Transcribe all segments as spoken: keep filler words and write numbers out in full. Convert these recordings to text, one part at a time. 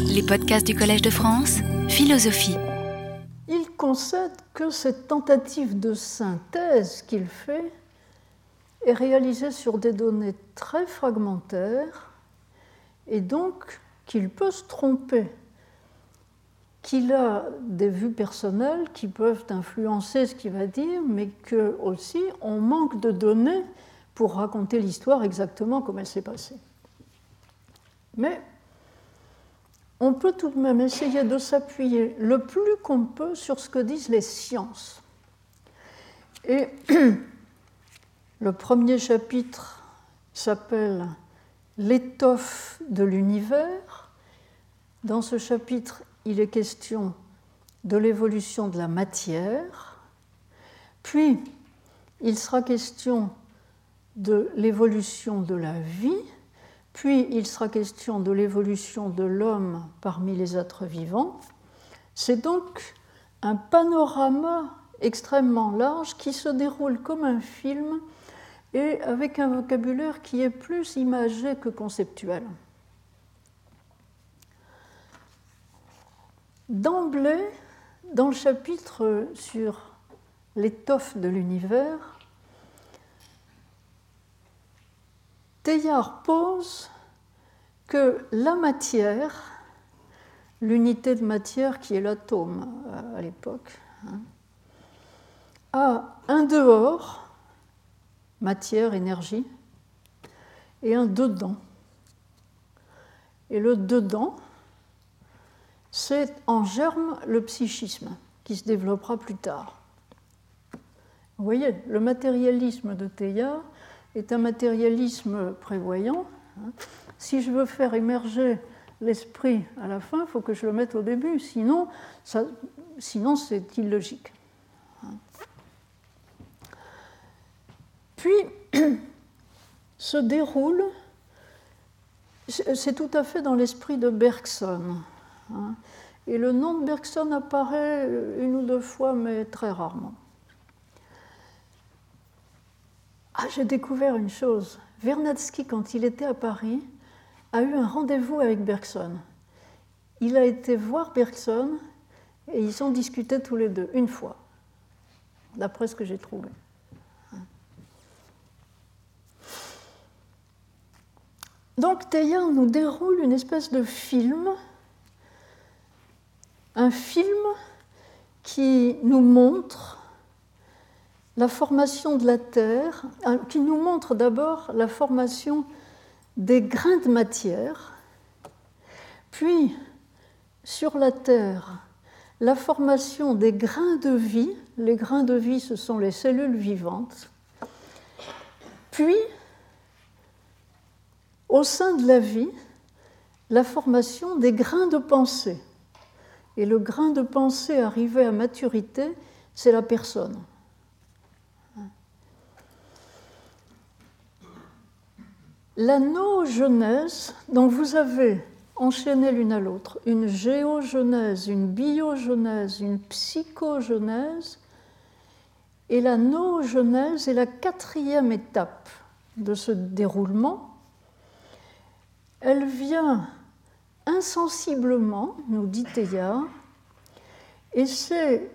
Les podcasts du Collège de France, philosophie. Il concède que cette tentative de synthèse qu'il fait est réalisée sur des données très fragmentaires et donc qu'il peut se tromper, qu'il a des vues personnelles qui peuvent influencer ce qu'il va dire, mais que aussi on manque de données pour raconter l'histoire exactement comme elle s'est passée. Mais on peut tout de même essayer de s'appuyer le plus qu'on peut sur ce que disent les sciences. Et le premier chapitre s'appelle « L'étoffe de l'univers ». Dans ce chapitre, il est question de l'évolution de la matière, puis il sera question de l'évolution de la vie, puis il sera question de l'évolution de l'homme parmi les êtres vivants. C'est donc un panorama extrêmement large qui se déroule comme un film et avec un vocabulaire qui est plus imagé que conceptuel. D'emblée, dans le chapitre sur l'étoffe de l'univers, Teilhard pose que la matière, l'unité de matière qui est l'atome à l'époque, hein, a un dehors, matière, énergie, et un dedans. Et le dedans, c'est en germe le psychisme, qui se développera plus tard. Vous voyez, le matérialisme de Teilhard est un matérialisme prévoyant. Si je veux faire émerger l'esprit à la fin, il faut que je le mette au début, sinon, ça, sinon c'est illogique. Puis se déroule, c'est tout à fait dans l'esprit de Bergson. Et le nom de Bergson apparaît une ou deux fois, mais très rarement. Ah, j'ai découvert une chose. Vernadsky, quand il était à Paris, a eu un rendez-vous avec Bergson. Il a été voir Bergson et ils ont discuté tous les deux, une fois, d'après ce que j'ai trouvé. Donc Teilhard nous déroule une espèce de film, un film qui nous montre la formation de la Terre, qui nous montre d'abord la formation des grains de matière, puis sur la Terre, la formation des grains de vie. Les grains de vie, ce sont les cellules vivantes. Puis, au sein de la vie, la formation des grains de pensée. Et le grain de pensée arrivé à maturité, c'est la personne. La noogenèse, donc vous avez enchaîné l'une à l'autre, une géogenèse, une biogenèse, une psychogenèse, et la noogenèse est la quatrième étape de ce déroulement. Elle vient insensiblement, nous dit Teilhard, et c'est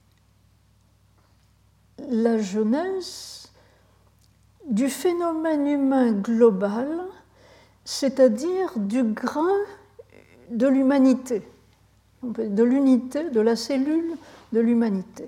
la genèse du phénomène humain global, c'est-à-dire du grain de l'humanité, de l'unité, de la cellule de l'humanité.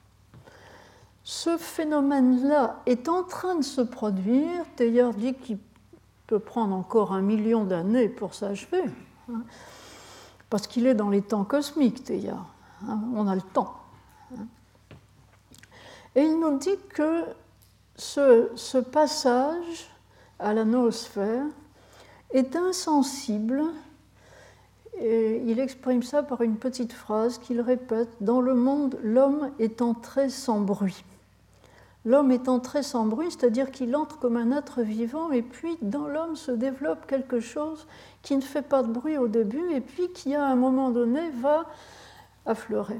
Ce phénomène-là est en train de se produire. Teilhard dit qu'il peut prendre encore un million d'années pour s'achever, hein, parce qu'il est dans les temps cosmiques, Teilhard. Hein, on a le temps. Hein. Et il nous dit que Ce, ce passage à la noosphère est insensible, et il exprime ça par une petite phrase qu'il répète: « Dans le monde, l'homme est entré sans bruit ». L'homme est entré sans bruit, c'est-à-dire qu'il entre comme un être vivant, et puis dans l'homme se développe quelque chose qui ne fait pas de bruit au début, et puis qui, à un moment donné, va affleurer.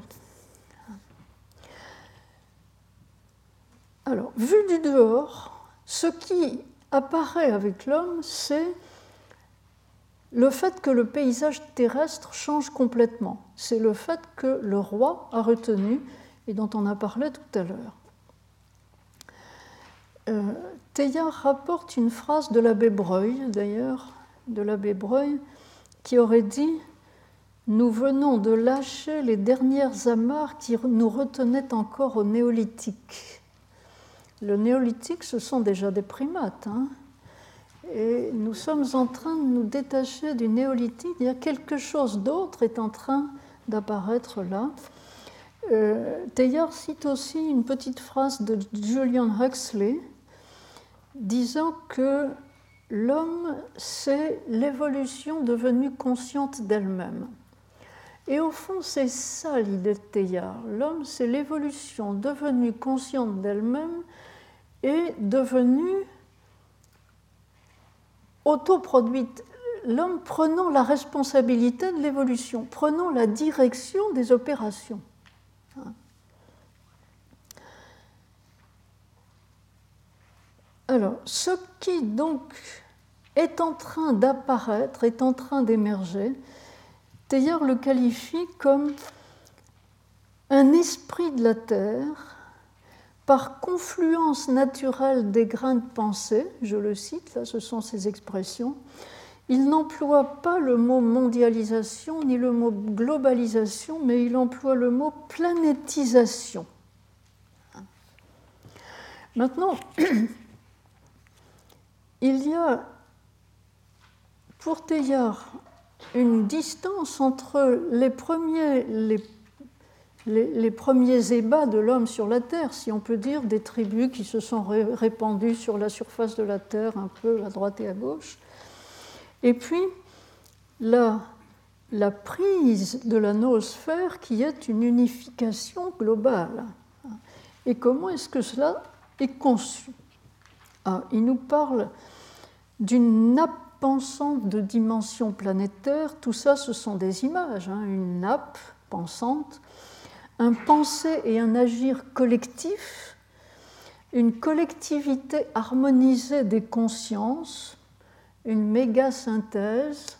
Alors, vu du dehors, ce qui apparaît avec l'homme, c'est le fait que le paysage terrestre change complètement. C'est le fait que le roi a retenu et dont on a parlé tout à l'heure. Euh, Teilhard rapporte une phrase de l'abbé Breuil, d'ailleurs, de l'abbé Breuil, qui aurait dit « Nous venons de lâcher les dernières amarres qui nous retenaient encore au néolithique. » Le néolithique, ce sont déjà des primates, hein, et nous sommes en train de nous détacher du néolithique. Il y a quelque chose d'autre est en train d'apparaître là. Euh, Teilhard cite aussi une petite phrase de Julian Huxley disant que l'homme, c'est l'évolution devenue consciente d'elle-même. Et au fond, c'est ça l'idée de Teilhard. L'homme, c'est l'évolution devenue consciente d'elle-même et devenue autoproduite. L'homme prenant la responsabilité de l'évolution, prenant la direction des opérations. Alors, ce qui donc est en train d'apparaître, est en train d'émerger, Teilhard le qualifie comme un esprit de la terre par confluence naturelle des grains de pensée, je le cite, là ce sont ses expressions. Il n'emploie pas le mot mondialisation ni le mot globalisation, mais il emploie le mot planétisation. Maintenant, il y a pour Teilhard une distance entre les premiers, les, les, les premiers ébats de l'homme sur la Terre, si on peut dire, des tribus qui se sont répandues sur la surface de la Terre, un peu à droite et à gauche, et puis la, la prise de la noosphère qui est une unification globale. Et comment est-ce que cela est conçu ? Ah, il nous parle d'une nappe pensante de dimension planétaire. Tout ça, ce sont des images, hein, une nappe pensante, un penser et un agir collectif, une collectivité harmonisée des consciences, une méga-synthèse.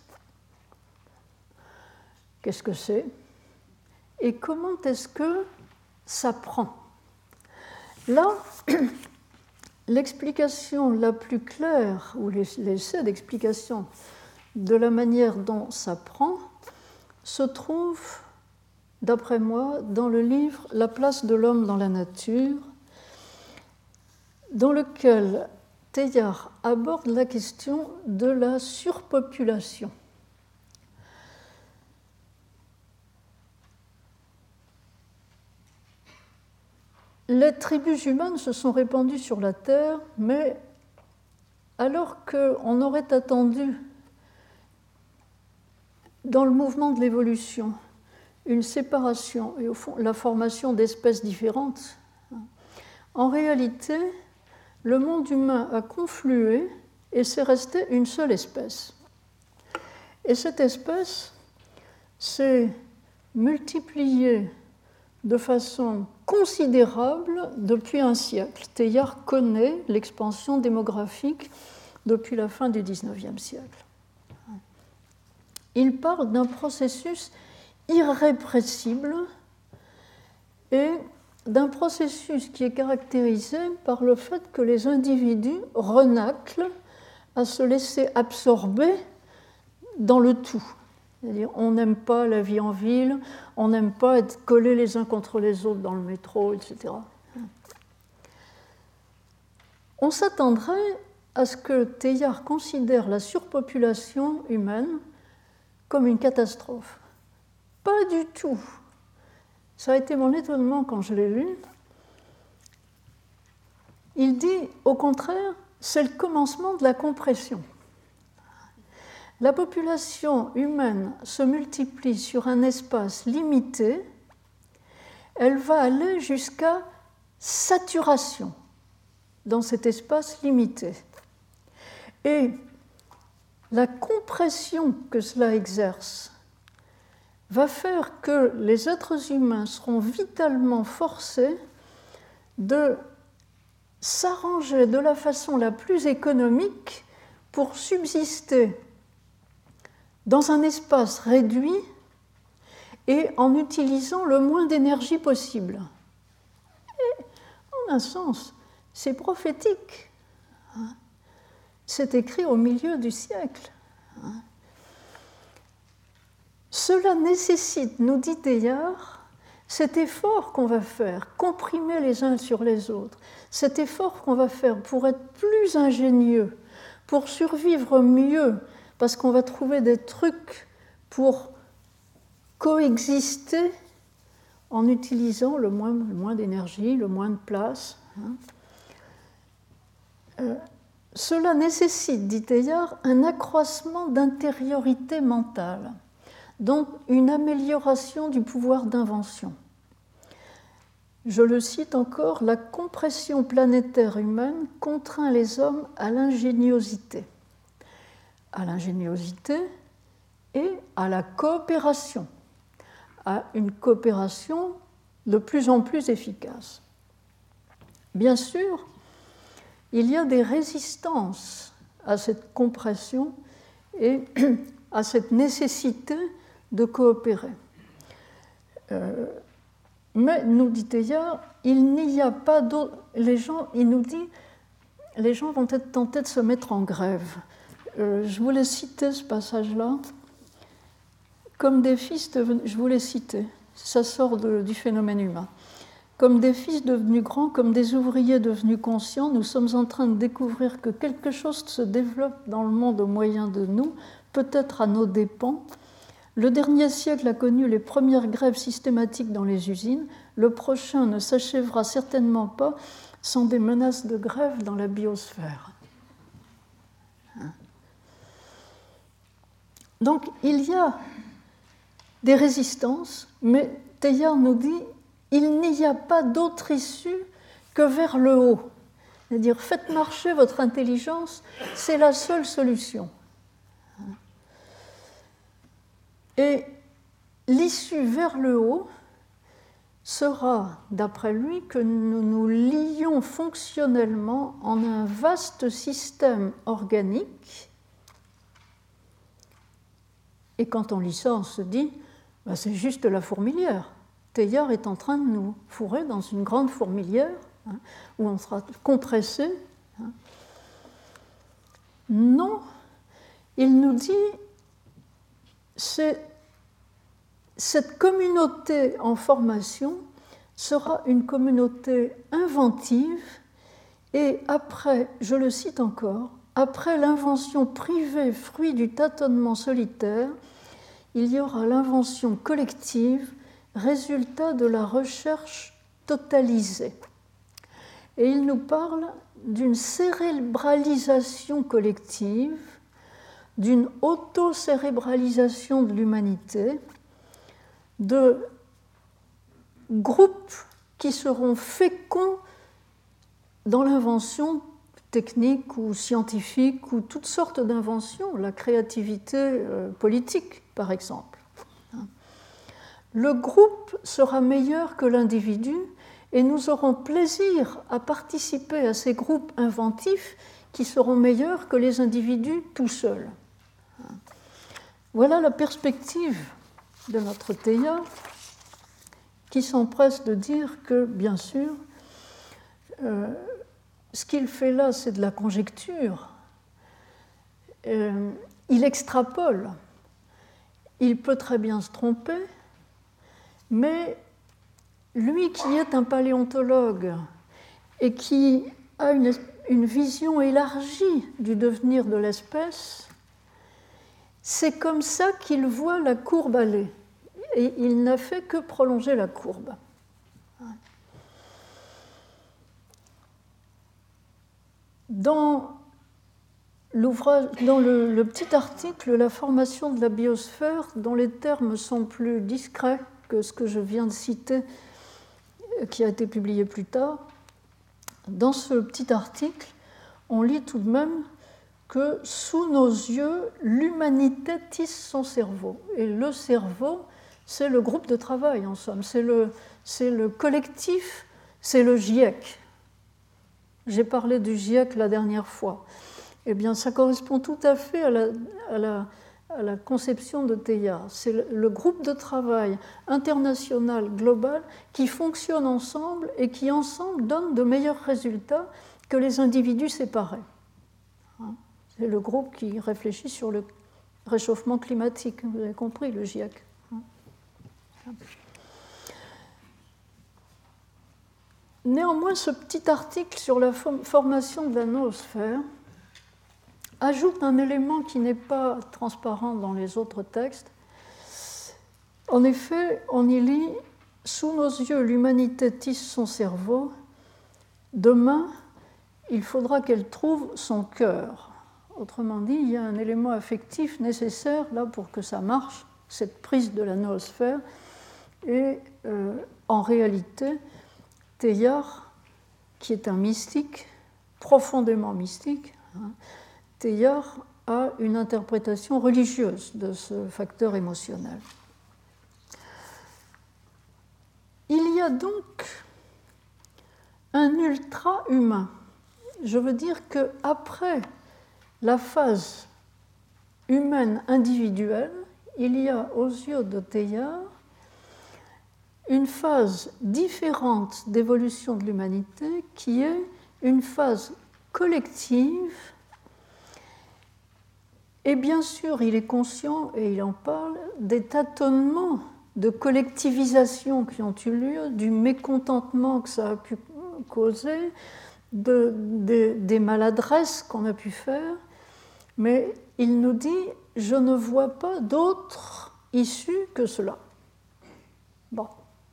Qu'est-ce que c'est ? Et comment est-ce que ça prend ? Là, l'explication la plus claire, ou l'essai d'explication de la manière dont ça prend, se trouve, d'après moi, dans le livre « La place de l'homme dans la nature », dans lequel Teilhard aborde la question de la surpopulation. Les tribus humaines se sont répandues sur la Terre, mais alors qu'on aurait attendu, dans le mouvement de l'évolution, une séparation et au fond la formation d'espèces différentes, en réalité, le monde humain a conflué et c'est resté une seule espèce. Et cette espèce s'est multipliée de façon considérable depuis un siècle. Teilhard connaît l'expansion démographique depuis la fin du dix-neuvième siècle. Il parle d'un processus irrépressible et d'un processus qui est caractérisé par le fait que les individus renâclent à se laisser absorber dans le tout. C'est-à-dire, on n'aime pas la vie en ville, on n'aime pas être collés les uns contre les autres dans le métro, et cetera. On s'attendrait à ce que Teilhard considère la surpopulation humaine comme une catastrophe. Pas du tout. Ça a été mon étonnement quand je l'ai lu. Il dit, au contraire, c'est le commencement de la compression. La population humaine se multiplie sur un espace limité, elle va aller jusqu'à saturation dans cet espace limité. Et la compression que cela exerce va faire que les êtres humains seront vitalement forcés de s'arranger de la façon la plus économique pour subsister dans un espace réduit et en utilisant le moins d'énergie possible. Et en un sens, c'est prophétique. C'est écrit au milieu du siècle. Cela nécessite, nous dit Teilhard, cet effort qu'on va faire, comprimer les uns sur les autres, cet effort qu'on va faire pour être plus ingénieux, pour survivre mieux, parce qu'on va trouver des trucs pour coexister en utilisant le moins, le moins d'énergie, le moins de place. Hein. Euh, cela nécessite, dit Teilhard, un accroissement d'intériorité mentale, donc une amélioration du pouvoir d'invention. Je le cite encore, la compression planétaire humaine contraint les hommes à l'ingéniosité. À l'ingéniosité et à la coopération, à une coopération de plus en plus efficace. Bien sûr, il y a des résistances à cette compression et à cette nécessité de coopérer. Euh, mais, nous dit Teilhard, il n'y a pas d'autre... Les gens, il nous dit, les gens vont être tentés de se mettre en grève. Euh, je voulais citer ce passage-là. Comme des fils devenus... Je voulais citer, ça sort de, du phénomène humain. Comme des fils devenus grands, comme des ouvriers devenus conscients, nous sommes en train de découvrir que quelque chose se développe dans le monde au moyen de nous, peut-être à nos dépens. Le dernier siècle a connu les premières grèves systématiques dans les usines. Le prochain ne s'achèvera certainement pas sans des menaces de grève dans la biosphère. Donc, il y a des résistances, mais Teilhard nous dit il n'y a pas d'autre issue que vers le haut. C'est-à-dire, faites marcher votre intelligence, c'est la seule solution. Et l'issue vers le haut sera, d'après lui, que nous nous lions fonctionnellement en un vaste système organique. Et quand on lit ça, on se dit, ben c'est juste la fourmilière. Teilhard est en train de nous fourrer dans une grande fourmilière, hein, où on sera compressé. Hein. Non, il nous dit, c'est, cette communauté en formation sera une communauté inventive, et après, je le cite encore, après l'invention privée, fruit du tâtonnement solitaire, il y aura l'invention collective, résultat de la recherche totalisée. Et il nous parle d'une cérébralisation collective, d'une auto-cérébralisation de l'humanité, de groupes qui seront féconds dans l'invention technique ou scientifique ou toutes sortes d'inventions, la créativité euh, politique par exemple. Le groupe sera meilleur que l'individu et nous aurons plaisir à participer à ces groupes inventifs qui seront meilleurs que les individus tout seuls. Voilà la perspective de notre Teilhard qui s'empresse de dire que, bien sûr, euh, ce qu'il fait là, c'est de la conjecture. Euh, il extrapole. Il peut très bien se tromper, mais lui qui est un paléontologue et qui a une, une vision élargie du devenir de l'espèce, c'est comme ça qu'il voit la courbe aller. Et il n'a fait que prolonger la courbe. Dans l'ouvrage, dans le, le petit article « La formation de la biosphère », dont les termes sont plus discrets que ce que je viens de citer, qui a été publié plus tard, dans ce petit article, on lit tout de même que sous nos yeux, l'humanité tisse son cerveau. Et le cerveau, c'est le groupe de travail, en somme, c'est le, c'est le collectif, c'est le GIEC. J'ai parlé du GIEC la dernière fois. Eh bien, ça correspond tout à fait à la, à la à la conception de Teilhard. C'est le groupe de travail international, global, qui fonctionne ensemble et qui ensemble donne de meilleurs résultats que les individus séparés. C'est le groupe qui réfléchit sur le réchauffement climatique, vous avez compris, le GIEC. Néanmoins, ce petit article sur la formation de la noosphère ajoute un élément qui n'est pas transparent dans les autres textes. En effet, on y lit « Sous nos yeux, l'humanité tisse son cerveau. Demain, il faudra qu'elle trouve son cœur. » Autrement dit, il y a un élément affectif nécessaire là pour que ça marche, cette prise de la noosphère. Et euh, en réalité, Teilhard, qui est un mystique, profondément mystique, hein, Teilhard a une interprétation religieuse de ce facteur émotionnel. Il y a donc un ultra-humain. Je veux dire qu'après la phase humaine individuelle, il y a aux yeux de Teilhard une phase différente d'évolution de l'humanité qui est une phase collective. Et bien sûr, il est conscient, et il en parle, des tâtonnements de collectivisation qui ont eu lieu, du mécontentement que ça a pu causer, de, de, des maladresses qu'on a pu faire. Mais il nous dit « je ne vois pas d'autre issue que cela ». Bon.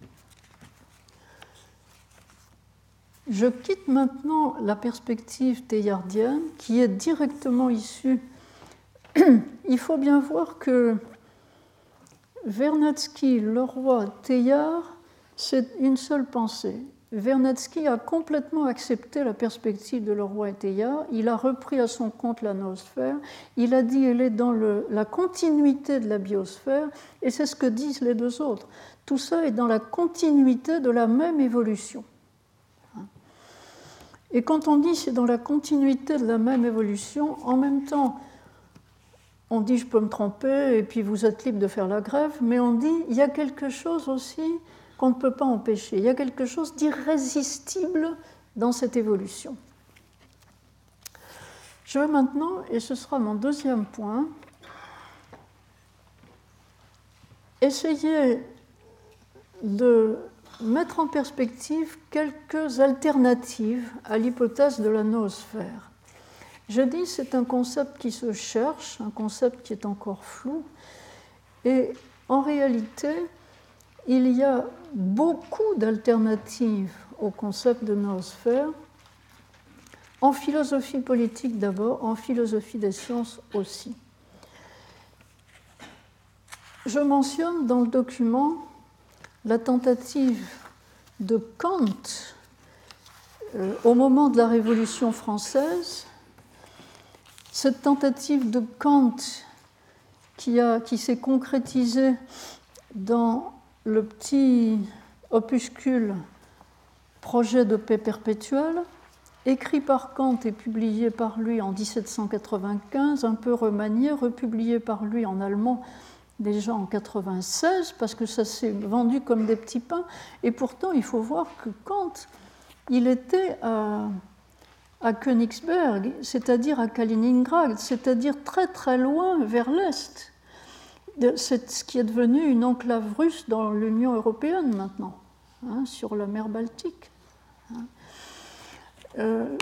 Je quitte maintenant la perspective teilhardienne qui est directement issue. Il faut bien voir que Vernadsky, Leroy, Teilhard, c'est une seule pensée. Vernadsky a complètement accepté la perspective de Leroy et Teilhard. Il a repris à son compte la noosphère. Il a dit qu'elle est dans le, la continuité de la biosphère, et c'est ce que disent les deux autres. Tout ça est dans la continuité de la même évolution. Et quand on dit c'est dans la continuité de la même évolution, en même temps, on dit je peux me tromper et puis vous êtes libre de faire la grève, mais on dit il y a quelque chose aussi qu'on ne peut pas empêcher. Il y a quelque chose d'irrésistible dans cette évolution. Je vais maintenant, et ce sera mon deuxième point, essayer de mettre en perspective quelques alternatives à l'hypothèse de la noosphère. Je dis c'est un concept qui se cherche, un concept qui est encore flou, et en réalité, il y a beaucoup d'alternatives au concept de noosphère, en philosophie politique d'abord, en philosophie des sciences aussi. Je mentionne dans le document la tentative de Kant euh, au moment de la Révolution française. Cette tentative de Kant qui, a, qui s'est concrétisée dans le petit opuscule Projet de paix perpétuelle, écrit par Kant et publié par lui en dix-sept cent quatre-vingt-quinze, un peu remanié, republié par lui en allemand déjà en quatre-vingt-seize, parce que ça s'est vendu comme des petits pains. Et pourtant, il faut voir que Kant, il était à, à Königsberg, c'est-à-dire à Kaliningrad, c'est-à-dire très très loin vers l'Est. C'est ce qui est devenu une enclave russe dans l'Union européenne maintenant, hein, sur la mer Baltique. Hein. Euh,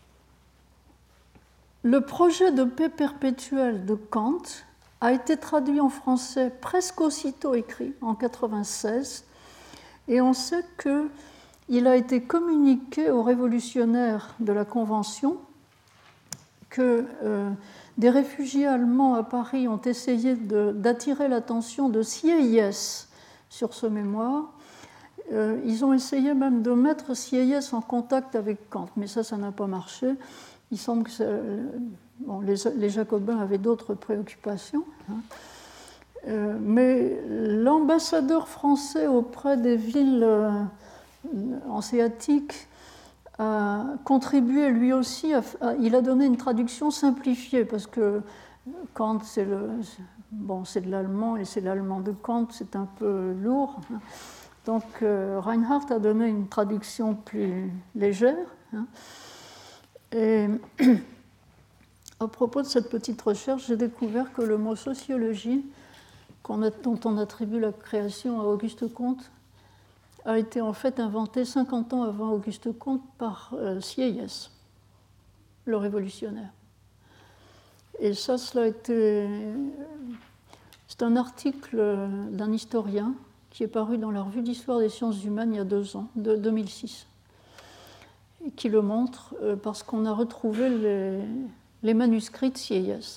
le projet de paix perpétuelle de Kant a été traduit en français presque aussitôt écrit, en quatre-vingt-seize, et on sait qu'il a été communiqué aux révolutionnaires de la Convention, que euh, des réfugiés allemands à Paris ont essayé de, d'attirer l'attention de Sieyès sur ce mémoire. Euh, ils ont essayé même de mettre Sieyès en contact avec Kant, mais ça, ça n'a pas marché. Il semble que ça, bon, les, les Jacobins avaient d'autres préoccupations. Hein. Euh, mais l'ambassadeur français auprès des villes euh, hanséatiques a contribué lui aussi, à, à, il a donné une traduction simplifiée, parce que Kant, c'est le, bon, c'est de l'allemand, et c'est l'allemand de Kant, c'est un peu lourd. Donc euh, Reinhardt a donné une traduction plus légère. Hein. Et à propos de cette petite recherche, j'ai découvert que le mot sociologie, qu'on a, dont on attribue la création à Auguste Comte, a été en fait inventé cinquante ans avant Auguste Comte par euh, Sieyès, le révolutionnaire. Et ça, cela a été... C'est un article d'un historien qui est paru dans la Revue d'Histoire des Sciences Humaines il y a deux ans, de deux mille six, et qui le montre euh, parce qu'on a retrouvé les, les manuscrits de Sieyès.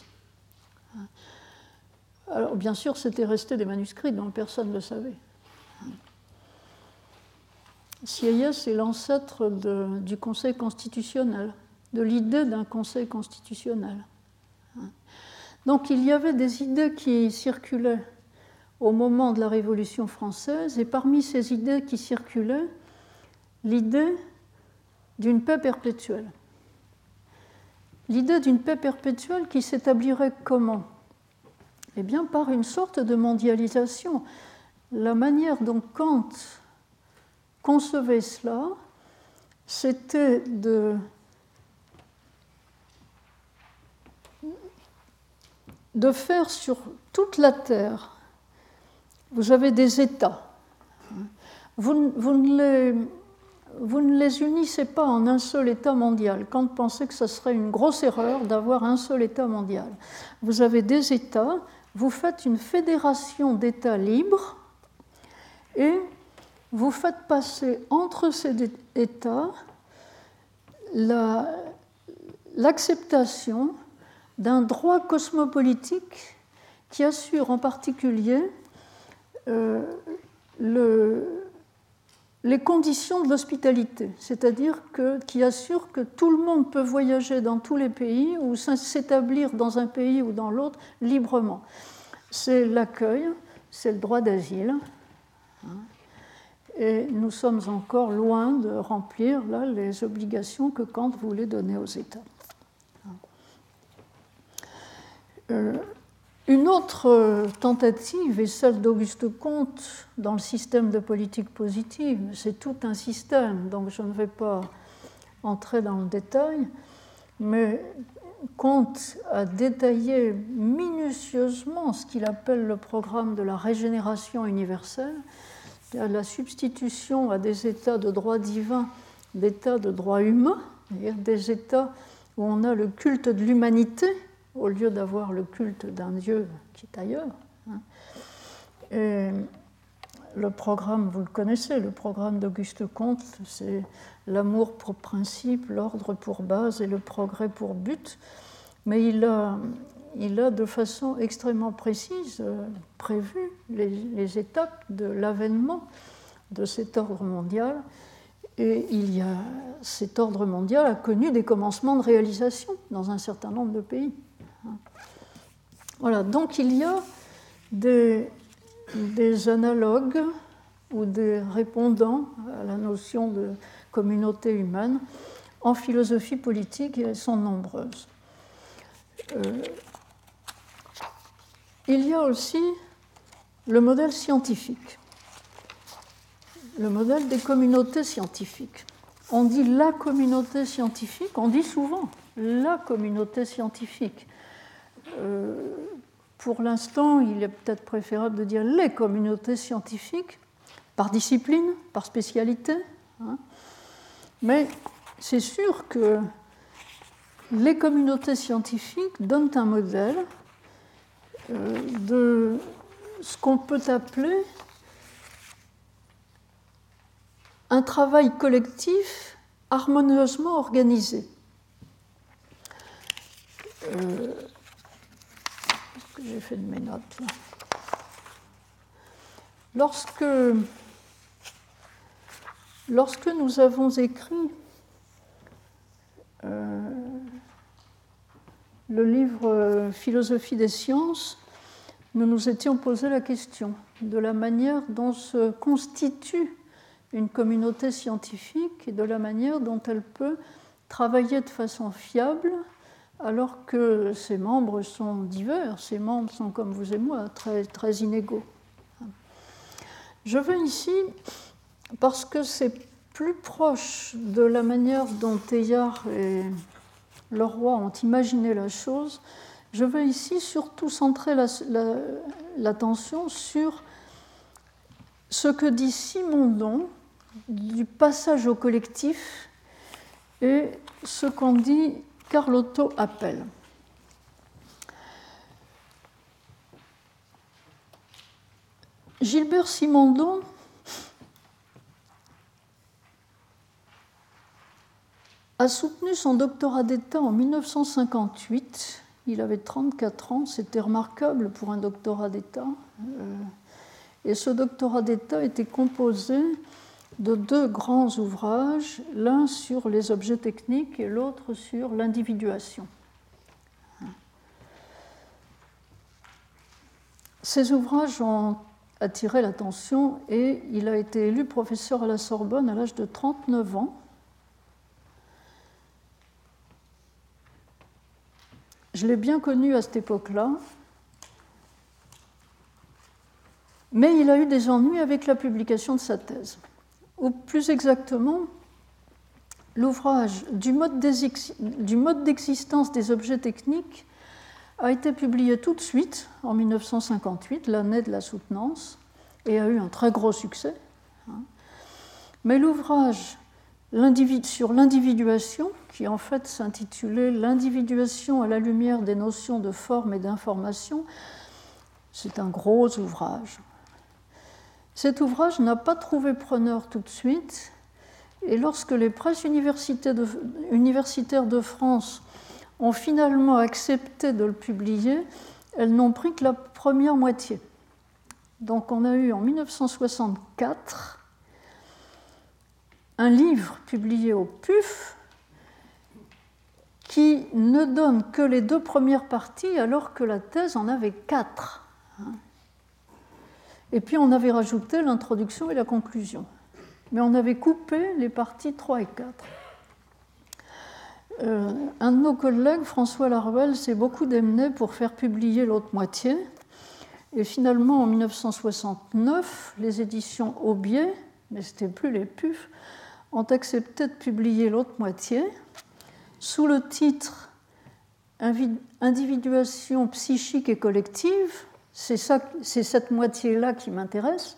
Alors, bien sûr, c'était resté des manuscrits dont personne ne le savait. Sieyès est l'ancêtre de, du Conseil constitutionnel, de l'idée d'un Conseil constitutionnel. Donc il y avait des idées qui circulaient au moment de la Révolution française, et parmi ces idées qui circulaient, l'idée d'une paix perpétuelle. L'idée d'une paix perpétuelle qui s'établirait comment ? Eh bien, par une sorte de mondialisation. La manière dont Kant concevait cela, c'était de, de faire sur toute la Terre, vous avez des États. Vous, vous, ne les, vous ne les unissez pas en un seul État mondial. Kant pensait que ce serait une grosse erreur d'avoir un seul État mondial. Vous avez des États, vous faites une fédération d'États libres et vous faites passer entre ces États la, l'acceptation d'un droit cosmopolitique qui assure en particulier euh, le, les conditions de l'hospitalité, c'est-à-dire que, qui assure que tout le monde peut voyager dans tous les pays ou s'établir dans un pays ou dans l'autre librement. C'est l'accueil, c'est le droit d'asile. Hein. Et nous sommes encore loin de remplir là, les obligations que Kant voulait donner aux États. Euh, une autre tentative est celle d'Auguste Comte dans le système de politique positive. C'est tout un système, donc je ne vais pas entrer dans le détail, mais Comte a détaillé minutieusement ce qu'il appelle le programme de la régénération universelle, la substitution à des états de droit divin d'états de droit humain, c'est-à-dire des états où on a le culte de l'humanité au lieu d'avoir le culte d'un Dieu qui est ailleurs. Et le programme, vous le connaissez, le programme d'Auguste Comte, c'est l'amour pour principe, l'ordre pour base et le progrès pour but. Mais il a, il a de façon extrêmement précise prévu les, les étapes de l'avènement de cet ordre mondial. Et il y a, cet ordre mondial a connu des commencements de réalisation dans un certain nombre de pays. Voilà, donc il y a des, des analogues ou des répondants à la notion de communauté humaine en philosophie politique, et elles sont nombreuses. Euh, il y a aussi le modèle scientifique, le modèle des communautés scientifiques. On dit la communauté scientifique, on dit souvent la communauté scientifique. Euh, pour l'instant, il est peut-être préférable de dire les communautés scientifiques, par discipline, par spécialité. Hein. Mais c'est sûr que les communautés scientifiques donnent un modèle euh, de ce qu'on peut appeler un travail collectif harmonieusement organisé. Euh, Qu'est-ce que j'ai fait de mes notes là ? Lorsque, lorsque nous avons écrit euh, le livre Philosophie des sciences, nous nous étions posé la question de la manière dont se constitue une communauté scientifique et de la manière dont elle peut travailler de façon fiable alors que ses membres sont divers, ses membres sont comme vous et moi, très, très inégaux. Je vais ici, parce que c'est plus proche de la manière dont Teilhard et Leroy ont imaginé la chose, je vais ici surtout centrer la, la, l'attention sur ce que dit Simondon du passage au collectif et ce qu'en dit Carlotto Appel. Gilbert Simondon a soutenu son doctorat d'État en mille neuf cent cinquante-huit. Il avait trente-quatre ans, c'était remarquable pour un doctorat d'État. Et ce doctorat d'État était composé de deux grands ouvrages, l'un sur les objets techniques et l'autre sur l'individuation. Ces ouvrages ont attiré l'attention et il a été élu professeur à la Sorbonne à l'âge de trente-neuf ans. Je l'ai bien connu à cette époque-là, mais il a eu des ennuis avec la publication de sa thèse. Ou plus exactement, l'ouvrage du mode d'existence des objets techniques a été publié tout de suite, en mille neuf cent cinquante-huit, l'année de la soutenance, et a eu un très gros succès. Mais l'ouvrage sur l'individuation, qui en fait s'intitulait « L'individuation à la lumière des notions de forme et d'information », c'est un gros ouvrage. Cet ouvrage n'a pas trouvé preneur tout de suite, et lorsque les presses universitaires de France ont finalement accepté de le publier, elles n'ont pris que la première moitié. Donc on a eu en mille neuf cent soixante-quatre un livre publié au P U F qui ne donne que les deux premières parties alors que la thèse en avait quatre. Et puis on avait rajouté l'introduction et la conclusion. Mais on avait coupé les parties trois et quatre. Euh, un de nos collègues, François Laruelle, s'est beaucoup démené pour faire publier l'autre moitié. Et finalement, en mille neuf cent soixante-neuf, les éditions Aubier, mais ce n'était plus les P U F, ont accepté de publier l'autre moitié sous le titre « Individuation psychique et collective ». C'est, ça, c'est cette moitié-là qui m'intéresse.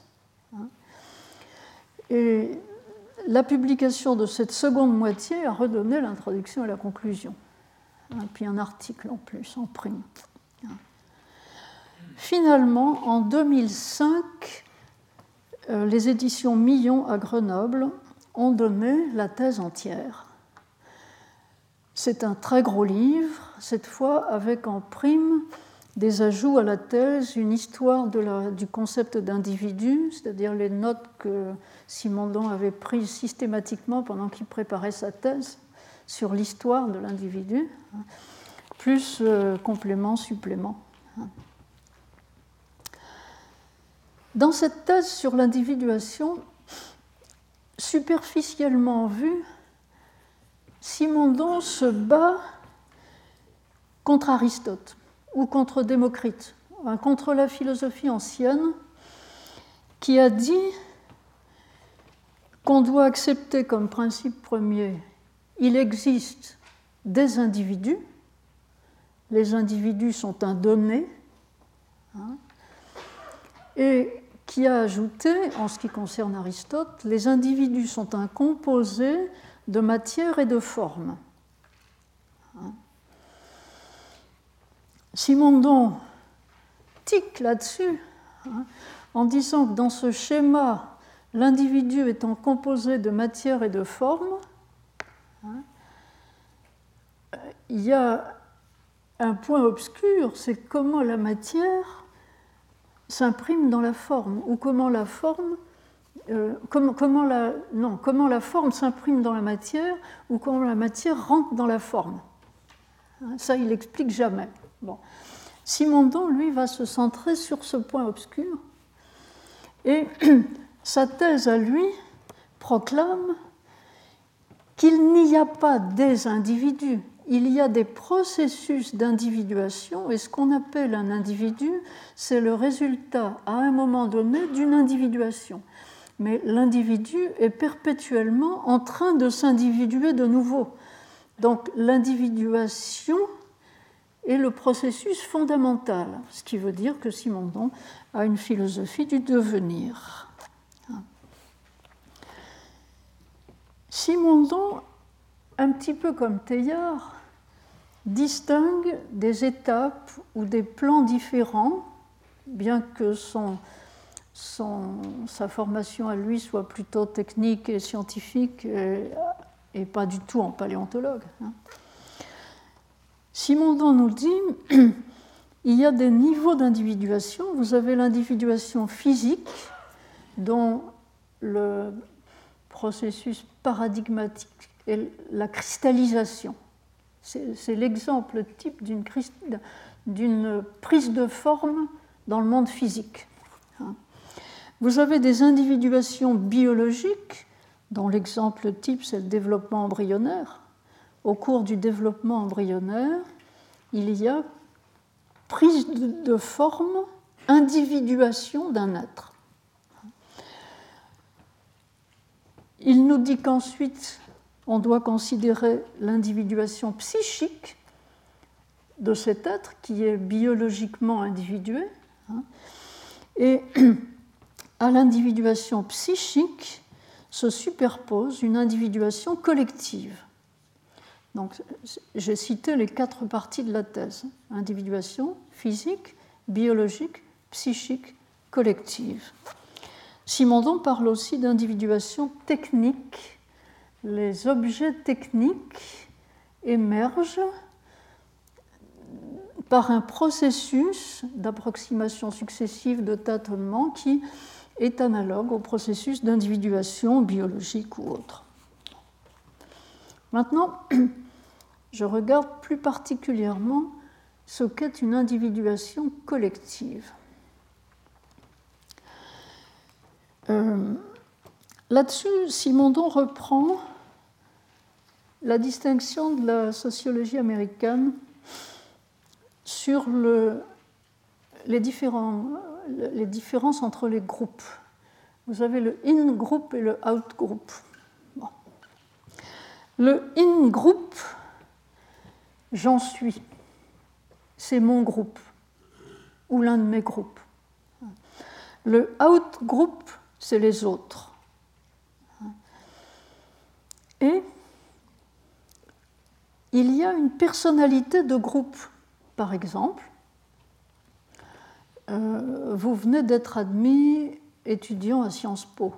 Et la publication de cette seconde moitié a redonné l'introduction et la conclusion. Et puis un article en plus, en prime. Finalement, en deux mille cinq, les éditions Millon à Grenoble ont donné la thèse entière. C'est un très gros livre, cette fois avec en prime des ajouts à la thèse, une histoire de la, du concept d'individu, c'est-à-dire les notes que Simondon avait prises systématiquement pendant qu'il préparait sa thèse sur l'histoire de l'individu, plus euh, complément, supplément. Dans cette thèse sur l'individuation, superficiellement vue, Simondon se bat contre Aristote ou contre Démocrite, contre la philosophie ancienne qui a dit qu'on doit accepter comme principe premier, il existe des individus, les individus sont un donné, hein, et qui a ajouté, en ce qui concerne Aristote, les individus sont un composé de matière et de forme. Hein. Simondon tique là-dessus, hein, en disant que dans ce schéma, l'individu étant composé de matière et de forme, hein, il y a un point obscur, c'est comment la matière s'imprime dans la forme, ou comment la forme, euh, comment, comment, la, non, comment la forme s'imprime dans la matière, ou comment la matière rentre dans la forme. Ça, il n'explique jamais. Bon. Simondon, lui, va se centrer sur ce point obscur, et sa thèse à lui proclame qu'il n'y a pas des individus, il y a des processus d'individuation, et ce qu'on appelle un individu, c'est le résultat à un moment donné d'une individuation. Mais l'individu est perpétuellement en train de s'individuer de nouveau. Donc l'individuation est le processus fondamental, ce qui veut dire que Simondon a une philosophie du devenir. Simondon, un petit peu comme Teilhard, distingue des étapes ou des plans différents, bien que son, son, sa formation à lui soit plutôt technique et scientifique et, et pas du tout en paléontologue. Simondon nous dit il y a des niveaux d'individuation. Vous avez l'individuation physique, dont le processus paradigmatique est la cristallisation. C'est, c'est l'exemple type d'une, d'une prise de forme dans le monde physique. Vous avez des individuations biologiques, dont l'exemple type, c'est le développement embryonnaire. Au cours du développement embryonnaire, il y a prise de forme, individuation d'un être. Il nous dit qu'ensuite, on doit considérer l'individuation psychique de cet être qui est biologiquement individué. Et à l'individuation psychique se superpose une individuation collective. Donc, j'ai cité les quatre parties de la thèse. Individuation physique, biologique, psychique, collective. Simondon parle aussi d'individuation technique. Les objets techniques émergent par un processus d'approximation successive de tâtonnement qui est analogue au processus d'individuation biologique ou autre. Maintenant, je regarde plus particulièrement ce qu'est une individuation collective. Euh, là-dessus, Simondon reprend la distinction de la sociologie américaine sur le, les, différents, les différences entre les groupes. Vous avez le in-group et le out-group. Bon. Le in-group, j'en suis, c'est mon groupe ou l'un de mes groupes. Le out-group, c'est les autres. Et il y a une personnalité de groupe. Par exemple, euh, vous venez d'être admis étudiant à Sciences Po.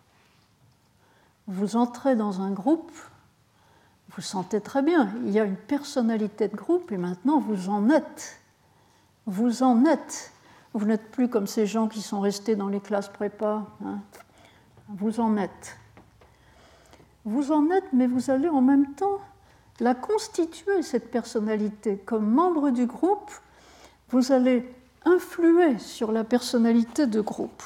Vous entrez dans un groupe, vous sentez très bien, il y a une personnalité de groupe et maintenant vous en êtes. Vous en êtes. Vous n'êtes plus comme ces gens qui sont restés dans les classes prépa. Hein. Vous en êtes. Vous en êtes, mais vous allez en même temps la constituer, cette personnalité. Comme membre du groupe, vous allez influer sur la personnalité de groupe.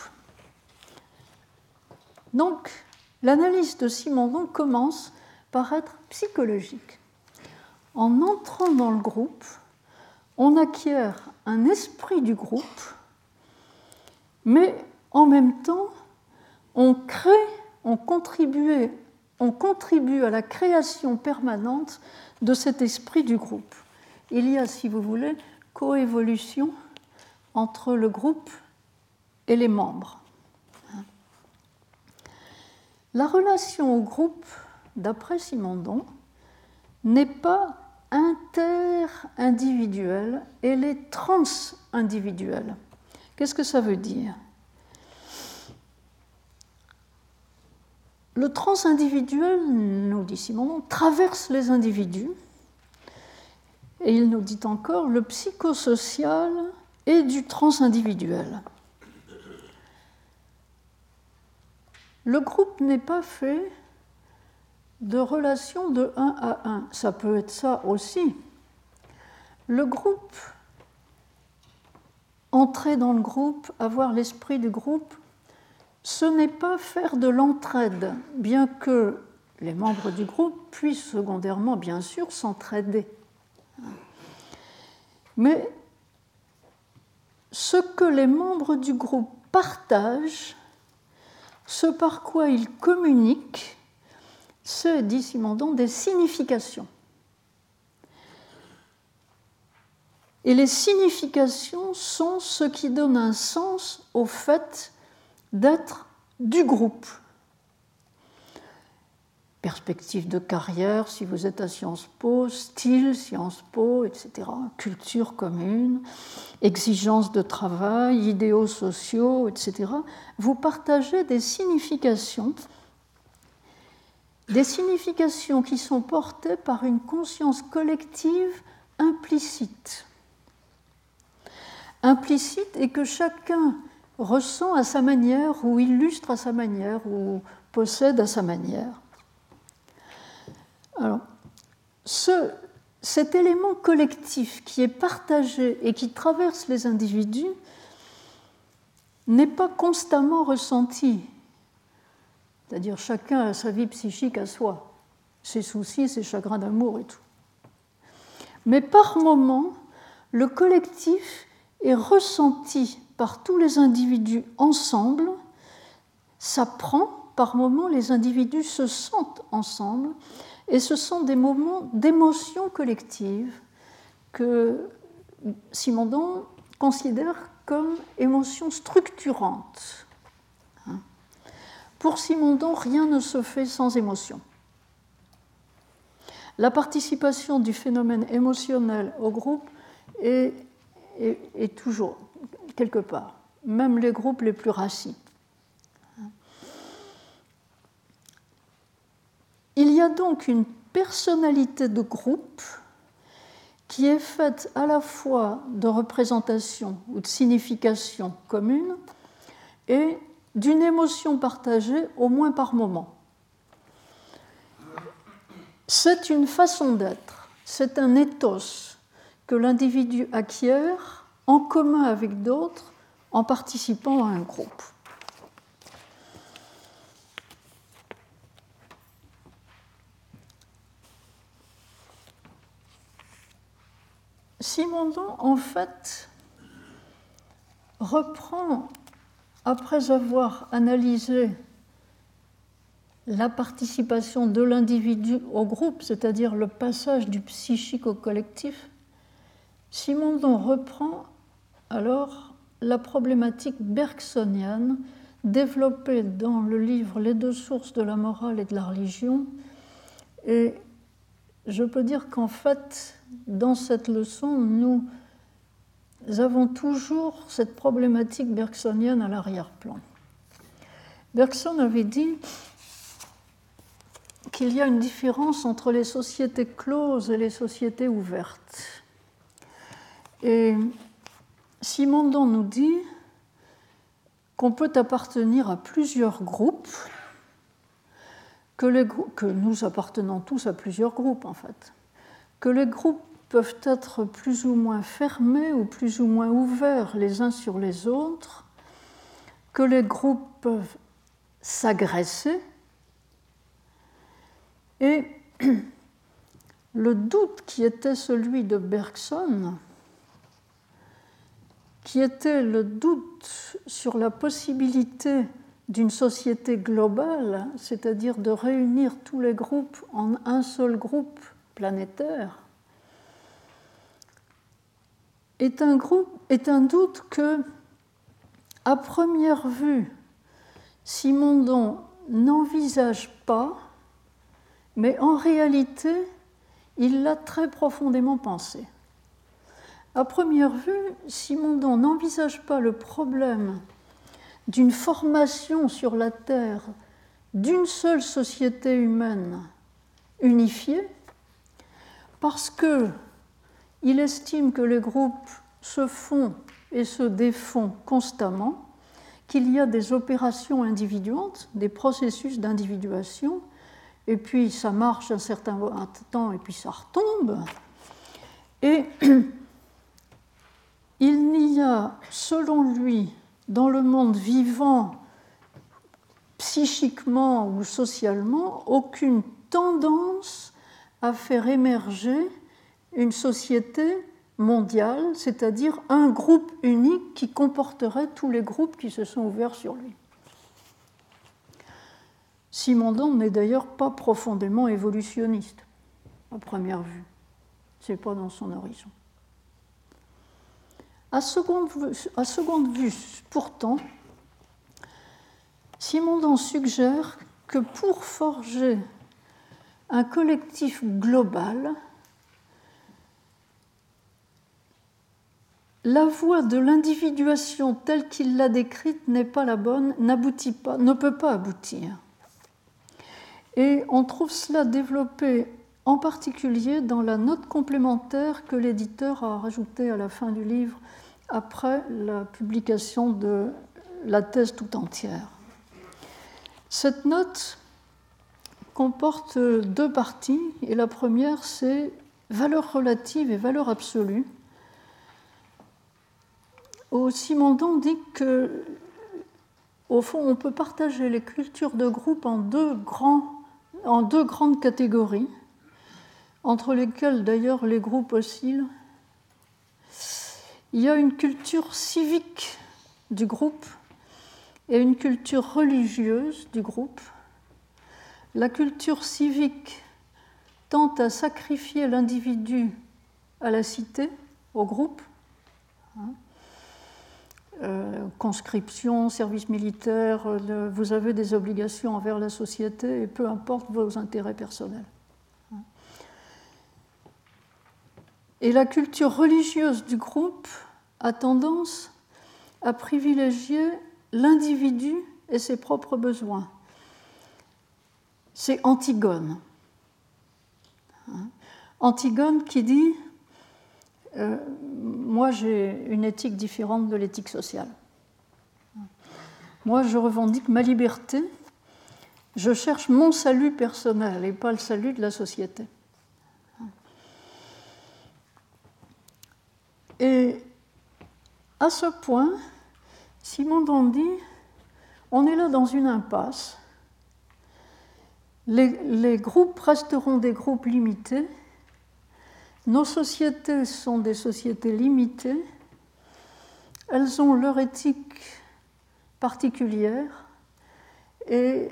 Donc, l'analyse de Simondon commence par être psychologique. En entrant dans le groupe, on acquiert un esprit du groupe, mais en même temps, on crée, on contribue, on contribue à la création permanente de cet esprit du groupe. Il y a, si vous voulez, coévolution entre le groupe et les membres. La relation au groupe, d'après Simondon, n'est pas inter-individuelle, elle est trans-individuelle. Qu'est-ce que ça veut dire ? Le trans-individuel, nous dit Simondon, traverse les individus, et il nous dit encore, le psychosocial est du trans-individuel. Le groupe n'est pas fait de relations de un à un. Ça peut être ça aussi. Le groupe, entrer dans le groupe, avoir l'esprit du groupe, ce n'est pas faire de l'entraide, bien que les membres du groupe puissent secondairement, bien sûr, s'entraider. Mais ce que les membres du groupe partagent, ce par quoi ils communiquent, c'est, dit Simondon, des significations. Et les significations sont ce qui donne un sens au fait d'être du groupe. Perspective de carrière, si vous êtes à Sciences Po, style Sciences Po, et cetera, culture commune, exigence de travail, idéaux sociaux, et cetera. Vous partagez des significations, des significations qui sont portées par une conscience collective implicite. Implicite et que chacun ressent à sa manière, ou illustre à sa manière, ou possède à sa manière. Alors, ce, cet élément collectif qui est partagé et qui traverse les individus n'est pas constamment ressenti. C'est-à-dire chacun a sa vie psychique à soi, ses soucis, ses chagrins d'amour et tout. Mais par moments, le collectif est ressenti par tous les individus ensemble, ça prend, par moments, les individus se sentent ensemble, et ce sont des moments d'émotion collective que Simondon considère comme émotions structurantes. Pour Simondon, rien ne se fait sans émotion. La participation du phénomène émotionnel au groupe est, est, est toujours quelque part, même les groupes les plus rassis. Il y a donc une personnalité de groupe qui est faite à la fois de représentation ou de signification commune et d'une émotion partagée au moins par moment. C'est une façon d'être, c'est un ethos que l'individu acquiert en commun avec d'autres en participant à un groupe. Simondon, en fait, reprend, après avoir analysé la participation de l'individu au groupe, c'est-à-dire le passage du psychique au collectif, Simondon reprend alors la problématique bergsonienne développée dans le livre « Les deux sources de la morale et de la religion ». Et je peux dire qu'en fait, dans cette leçon, nous avons toujours cette problématique bergsonienne à l'arrière-plan. Bergson avait dit qu'il y a une différence entre les sociétés closes et les sociétés ouvertes. Et Simondon nous dit qu'on peut appartenir à plusieurs groupes, que, les, que nous appartenons tous à plusieurs groupes en fait, que les groupes peuvent être plus ou moins fermés ou plus ou moins ouverts les uns sur les autres, que les groupes peuvent s'agresser, et le doute qui était celui de Bergson, qui était le doute sur la possibilité d'une société globale, c'est-à-dire de réunir tous les groupes en un seul groupe planétaire, est un, groupe, est un doute que, à première vue, Simondon n'envisage pas, mais en réalité, il l'a très profondément pensé. À première vue, Simondon n'envisage pas le problème d'une formation sur la Terre d'une seule société humaine unifiée, parce qu'il estime que les groupes se font et se défont constamment, qu'il y a des opérations individuantes, des processus d'individuation, et puis ça marche un certain temps et puis ça retombe. Et il n'y a, selon lui, dans le monde vivant, psychiquement ou socialement, aucune tendance à faire émerger une société mondial, c'est-à-dire un groupe unique qui comporterait tous les groupes qui se sont ouverts sur lui. Simondon n'est d'ailleurs pas profondément évolutionniste, à première vue. Ce n'est pas dans son horizon. À seconde vue, à seconde vue pourtant, Simondon suggère que pour forger un collectif global, la voie de l'individuation telle qu'il l'a décrite n'est pas la bonne, n'aboutit pas, ne peut pas aboutir. Et on trouve cela développé en particulier dans la note complémentaire que l'éditeur a rajoutée à la fin du livre après la publication de la thèse tout entière. Cette note comporte deux parties, et la première, c'est valeur relative et valeur absolue. Où Simondon dit que, au fond, on peut partager les cultures de groupe en deux, grands, en deux grandes catégories, entre lesquelles d'ailleurs les groupes oscillent. Il y a une culture civique du groupe et une culture religieuse du groupe. La culture civique tente à sacrifier l'individu à la cité, au groupe. Hein. Euh, conscription, service militaire, le, vous avez des obligations envers la société et peu importe vos intérêts personnels. Hein. Et la culture religieuse du groupe a tendance à privilégier l'individu et ses propres besoins. C'est Antigone. Hein. Antigone qui dit euh, « Moi, j'ai une éthique différente de l'éthique sociale. Moi, je revendique ma liberté. Je cherche mon salut personnel et pas le salut de la société. » Et à ce point, Simondon dit « On est là dans une impasse. Les, les groupes resteront des groupes limités. Nos sociétés sont des sociétés limitées. Elles ont leur éthique particulière. Et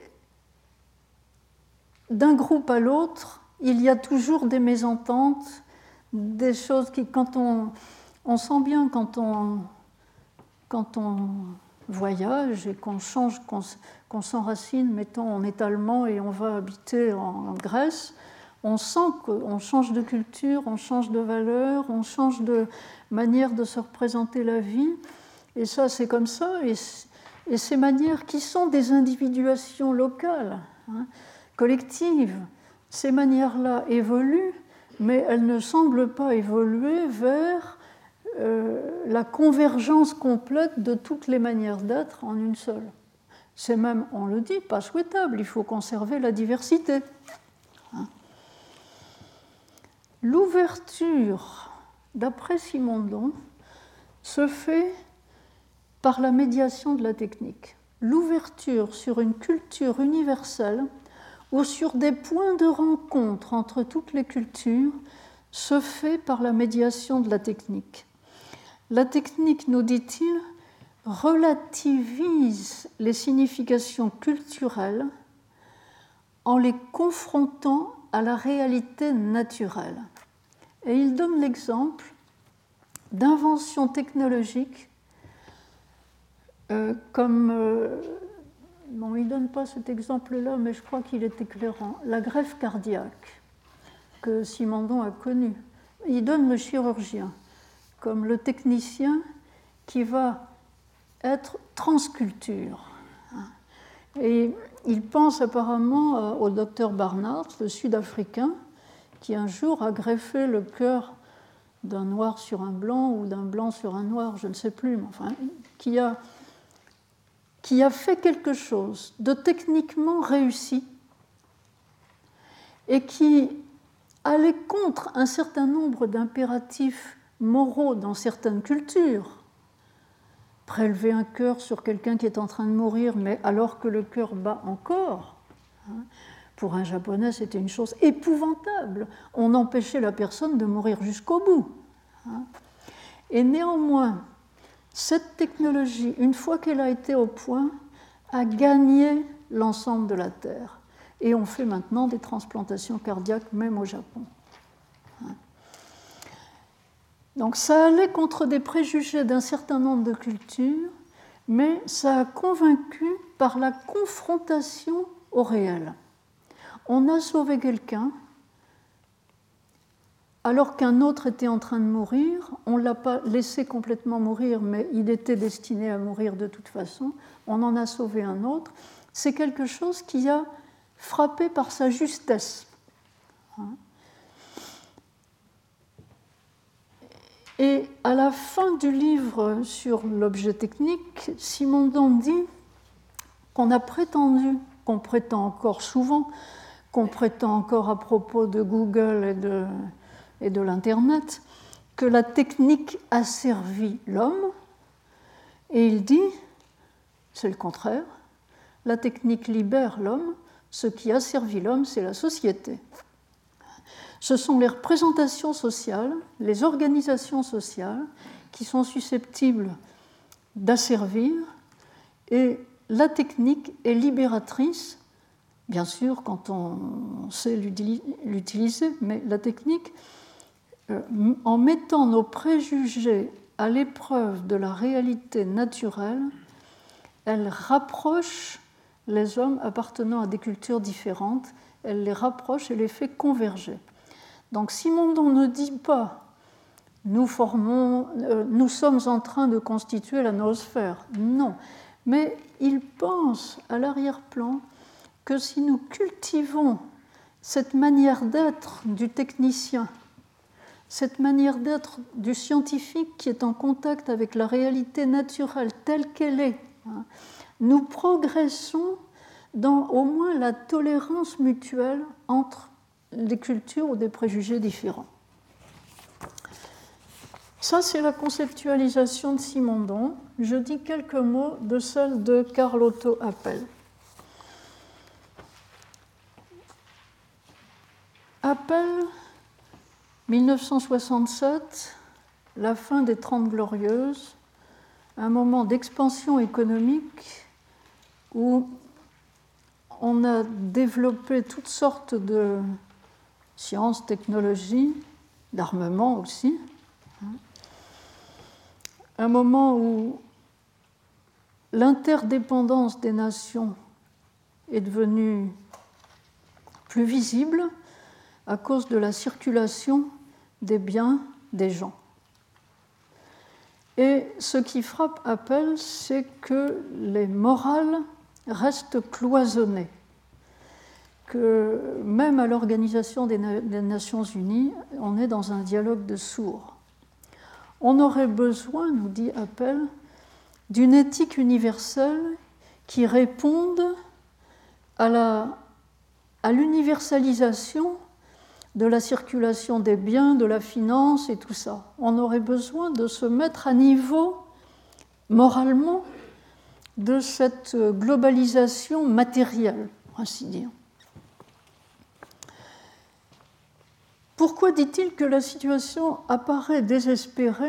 d'un groupe à l'autre, il y a toujours des mésententes, des choses qui, quand on, on sent bien quand on, quand on voyage et qu'on change, qu'on, qu'on s'enracine, mettons, on est allemand et on va habiter en, en Grèce, on sent qu'on change de culture, on change de valeur, on change de manière de se représenter la vie. Et ça, c'est comme ça. Et, et ces manières qui sont des individuations locales, hein, collectives, ces manières-là évoluent, mais elles ne semblent pas évoluer vers euh, la convergence complète de toutes les manières d'être en une seule. C'est même, on le dit, pas souhaitable. Il faut conserver la diversité. Hein. L'ouverture, d'après Simondon, se fait par la médiation de la technique. L'ouverture sur une culture universelle ou sur des points de rencontre entre toutes les cultures se fait par la médiation de la technique. La technique, nous dit-il, relativise les significations culturelles en les confrontant à la réalité naturelle. Et il donne l'exemple d'inventions technologiques euh, comme... Euh, bon, il ne donne pas cet exemple-là, mais je crois qu'il est éclairant. La greffe cardiaque, que Simondon a connue. Il donne le chirurgien comme le technicien qui va être transculture. Et il pense apparemment au docteur Barnard, le Sud-Africain, qui un jour a greffé le cœur d'un noir sur un blanc ou d'un blanc sur un noir, je ne sais plus, mais enfin, qui a, qui a fait quelque chose de techniquement réussi et qui allait contre un certain nombre d'impératifs moraux dans certaines cultures. Prélever un cœur sur quelqu'un qui est en train de mourir, mais alors que le cœur bat encore, hein, pour un Japonais, c'était une chose épouvantable. On empêchait la personne de mourir jusqu'au bout. Hein. Et néanmoins, cette technologie, une fois qu'elle a été au point, a gagné l'ensemble de la Terre. Et on fait maintenant des transplantations cardiaques, même au Japon. Hein. Donc ça allait contre des préjugés d'un certain nombre de cultures, mais ça a convaincu par la confrontation au réel. On a sauvé quelqu'un, alors qu'un autre était en train de mourir. On ne l'a pas laissé complètement mourir, mais il était destiné à mourir de toute façon. On en a sauvé un autre. C'est quelque chose qui a frappé par sa justesse. Et à la fin du livre sur l'objet technique, Simondon dit qu'on a prétendu, qu'on prétend encore souvent, qu'on prétend encore à propos de Google et de, et de l'Internet, que la technique a servi l'homme. Et il dit, c'est le contraire, la technique libère l'homme, ce qui a servi l'homme, c'est la société. Ce sont les représentations sociales, les organisations sociales qui sont susceptibles d'asservir, et la technique est libératrice, bien sûr quand on sait l'utiliser, mais la technique, en mettant nos préjugés à l'épreuve de la réalité naturelle, elle rapproche les hommes appartenant à des cultures différentes, elle les rapproche et les fait converger. Donc Simondon ne dit pas nous, formons, euh, nous sommes en train de constituer la noosphère, non, mais il pense à l'arrière-plan que si nous cultivons cette manière d'être du technicien, cette manière d'être du scientifique qui est en contact avec la réalité naturelle telle qu'elle est, hein, nous progressons dans au moins la tolérance mutuelle entre des cultures ou des préjugés différents. Ça, c'est la conceptualisation de Simondon. Je dis quelques mots de celle de Carl Otto Appel. Appel, dix-neuf cent soixante-sept, la fin des Trente Glorieuses, un moment d'expansion économique où on a développé toutes sortes de sciences, technologies, d'armement aussi. Un moment où l'interdépendance des nations est devenue plus visible à cause de la circulation des biens des gens. Et ce qui frappe Appel, c'est que les morales restent cloisonnées, que même à l'Organisation des Nations Unies, on est dans un dialogue de sourds. On aurait besoin, nous dit Appel, d'une éthique universelle qui réponde à, la, à l'universalisation de la circulation des biens, de la finance et tout ça. On aurait besoin de se mettre à niveau, moralement, de cette globalisation matérielle, pour ainsi dire. Pourquoi dit-il que la situation apparaît désespérée ?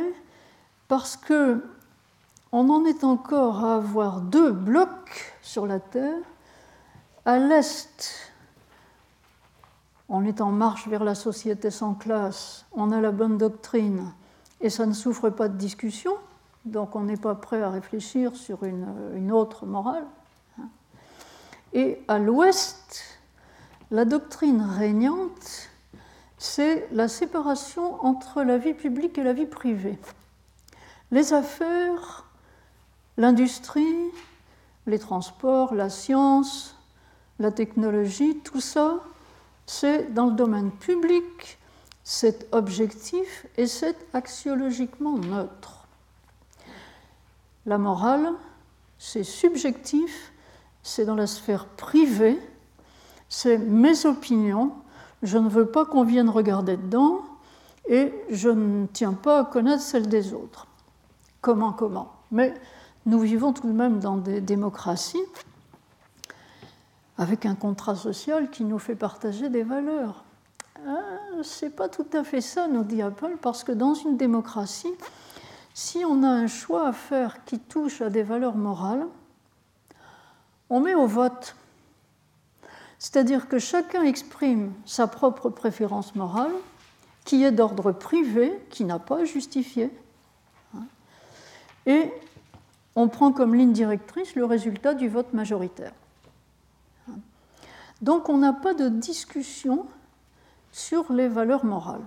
Parce qu'on en est encore à avoir deux blocs sur la Terre. À l'Est, on est en marche vers la société sans classe, on a la bonne doctrine, et ça ne souffre pas de discussion, donc on n'est pas prêt à réfléchir sur une, une autre morale. Et à l'Ouest, la doctrine régnante, c'est la séparation entre la vie publique et la vie privée. Les affaires, l'industrie, les transports, la science, la technologie, tout ça, c'est dans le domaine public, c'est objectif et c'est axiologiquement neutre. La morale, c'est subjectif, c'est dans la sphère privée, c'est mes opinions, je ne veux pas qu'on vienne regarder dedans et je ne tiens pas à connaître celles des autres. Comment, comment ? Mais nous vivons tout de même dans des démocraties avec un contrat social qui nous fait partager des valeurs. euh, c'est pas tout à fait ça, nous dit Apple, parce que dans une démocratie, si on a un choix à faire qui touche à des valeurs morales, on met au vote. C'est-à-dire que chacun exprime sa propre préférence morale, qui est d'ordre privé, qui n'a pas à justifier. Et on prend comme ligne directrice le résultat du vote majoritaire. Donc on n'a pas de discussion sur les valeurs morales.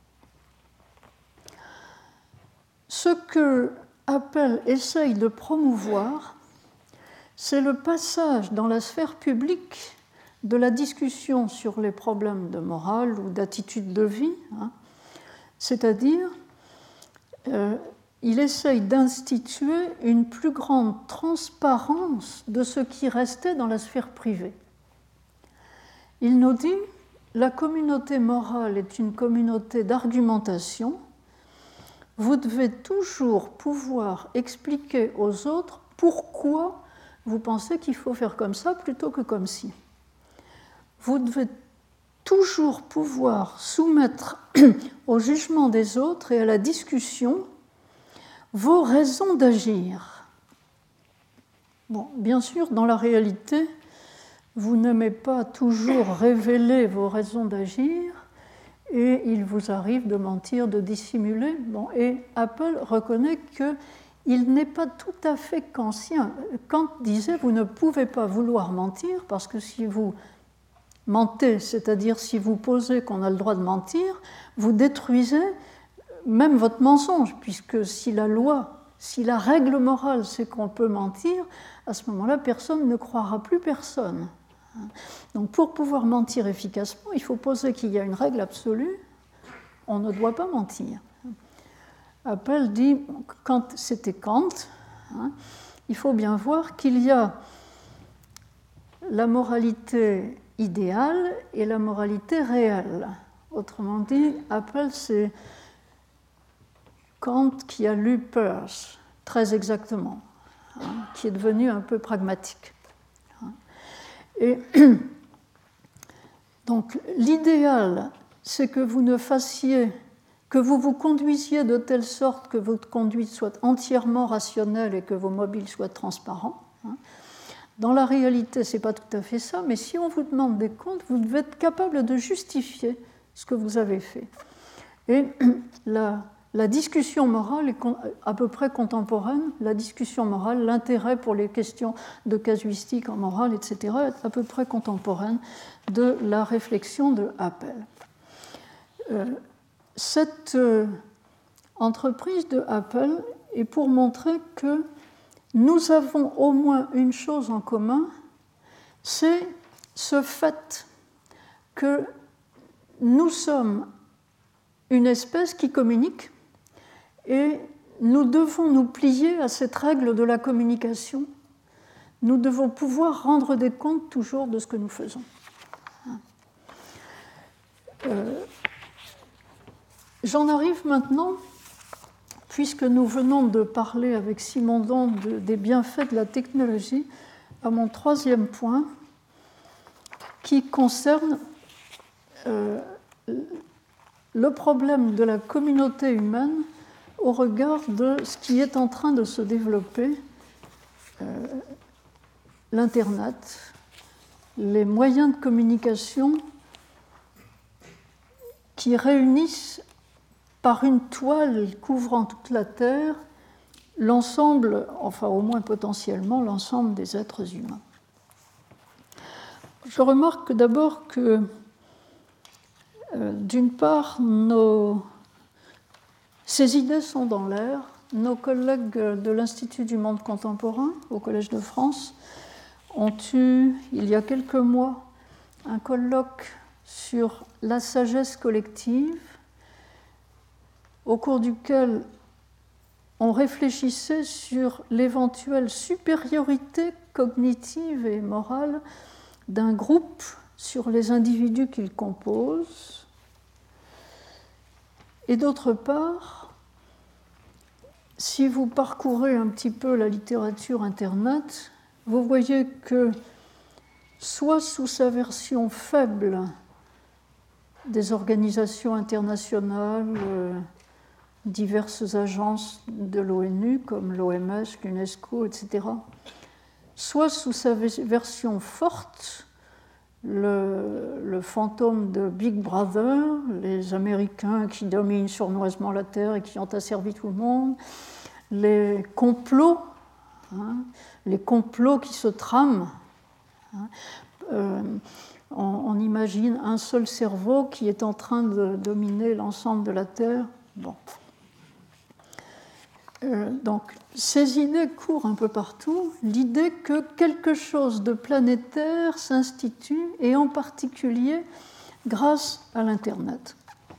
Ce que Apple essaye de promouvoir, c'est le passage dans la sphère publique de la discussion sur les problèmes de morale ou d'attitude de vie, hein, c'est-à-dire euh, il essaye d'instituer une plus grande transparence de ce qui restait dans la sphère privée. Il nous dit « La communauté morale est une communauté d'argumentation. Vous devez toujours pouvoir expliquer aux autres pourquoi vous pensez qu'il faut faire comme ça plutôt que comme ci. Vous devez toujours pouvoir soumettre au jugement des autres et à la discussion vos raisons d'agir. » Bon, bien sûr, dans la réalité, vous n'aimez pas toujours révéler vos raisons d'agir et il vous arrive de mentir, de dissimuler. Bon, et Apple reconnaît qu'il n'est pas tout à fait kantien. Kant disait « Vous ne pouvez pas vouloir mentir parce que si vous mentez, c'est-à-dire si vous posez qu'on a le droit de mentir, vous détruisez même votre mensonge, puisque si la loi, si la règle morale c'est qu'on peut mentir, à ce moment-là, personne ne croira plus personne. Donc pour pouvoir mentir efficacement, il faut poser qu'il y a une règle absolue, on ne doit pas mentir. Apple dit, quand c'était Kant, hein, il faut bien voir qu'il y a la moralité idéale et la moralité réelle. Autrement dit, Apple, c'est Kant qui a lu Peirce, très exactement, hein, qui est devenu un peu pragmatique. Et donc, l'idéal, c'est que vous ne fassiez, que vous vous conduisiez de telle sorte que votre conduite soit entièrement rationnelle et que vos mobiles soient transparents. Hein. Dans la réalité, ce n'est pas tout à fait ça, mais si on vous demande des comptes, vous devez être capable de justifier ce que vous avez fait. Et la, la discussion morale est à peu près contemporaine. La discussion morale, l'intérêt pour les questions de casuistique en morale, et cetera, est à peu près contemporaine de la réflexion de Apple. Euh, cette euh, entreprise de Apple est pour montrer que nous avons au moins une chose en commun, c'est ce fait que nous sommes une espèce qui communique et nous devons nous plier à cette règle de la communication. Nous devons pouvoir rendre des comptes toujours de ce que nous faisons. Euh, j'en arrive maintenant, puisque nous venons de parler avec Simondon de, des bienfaits de la technologie, à mon troisième point, qui concerne euh, le problème de la communauté humaine au regard de ce qui est en train de se développer, euh, l'Internet, les moyens de communication qui réunissent par une toile couvrant toute la Terre l'ensemble, enfin au moins potentiellement, l'ensemble des êtres humains. Je remarque d'abord que, euh, d'une part, nos... ces idées sont dans l'air. Nos collègues de l'Institut du monde contemporain, au Collège de France, ont eu, il y a quelques mois, un colloque sur la sagesse collective, au cours duquel on réfléchissait sur l'éventuelle supériorité cognitive et morale d'un groupe sur les individus qu'il compose. Et d'autre part, si vous parcourez un petit peu la littérature Internet, vous voyez que, soit sous sa version faible, des organisations internationales, euh, diverses agences de l'ONU comme l'O M S, l'UNESCO, et cetera, soit sous sa version forte, le, le fantôme de Big Brother, les Américains qui dominent sournoisement la Terre et qui ont asservi tout le monde, les complots, hein, les complots qui se trament. Hein, euh, on, on imagine un seul cerveau qui est en train de dominer l'ensemble de la Terre. Bon. Euh, donc, ces idées courent un peu partout. L'idée que quelque chose de planétaire s'institue, et en particulier grâce à l'Internet.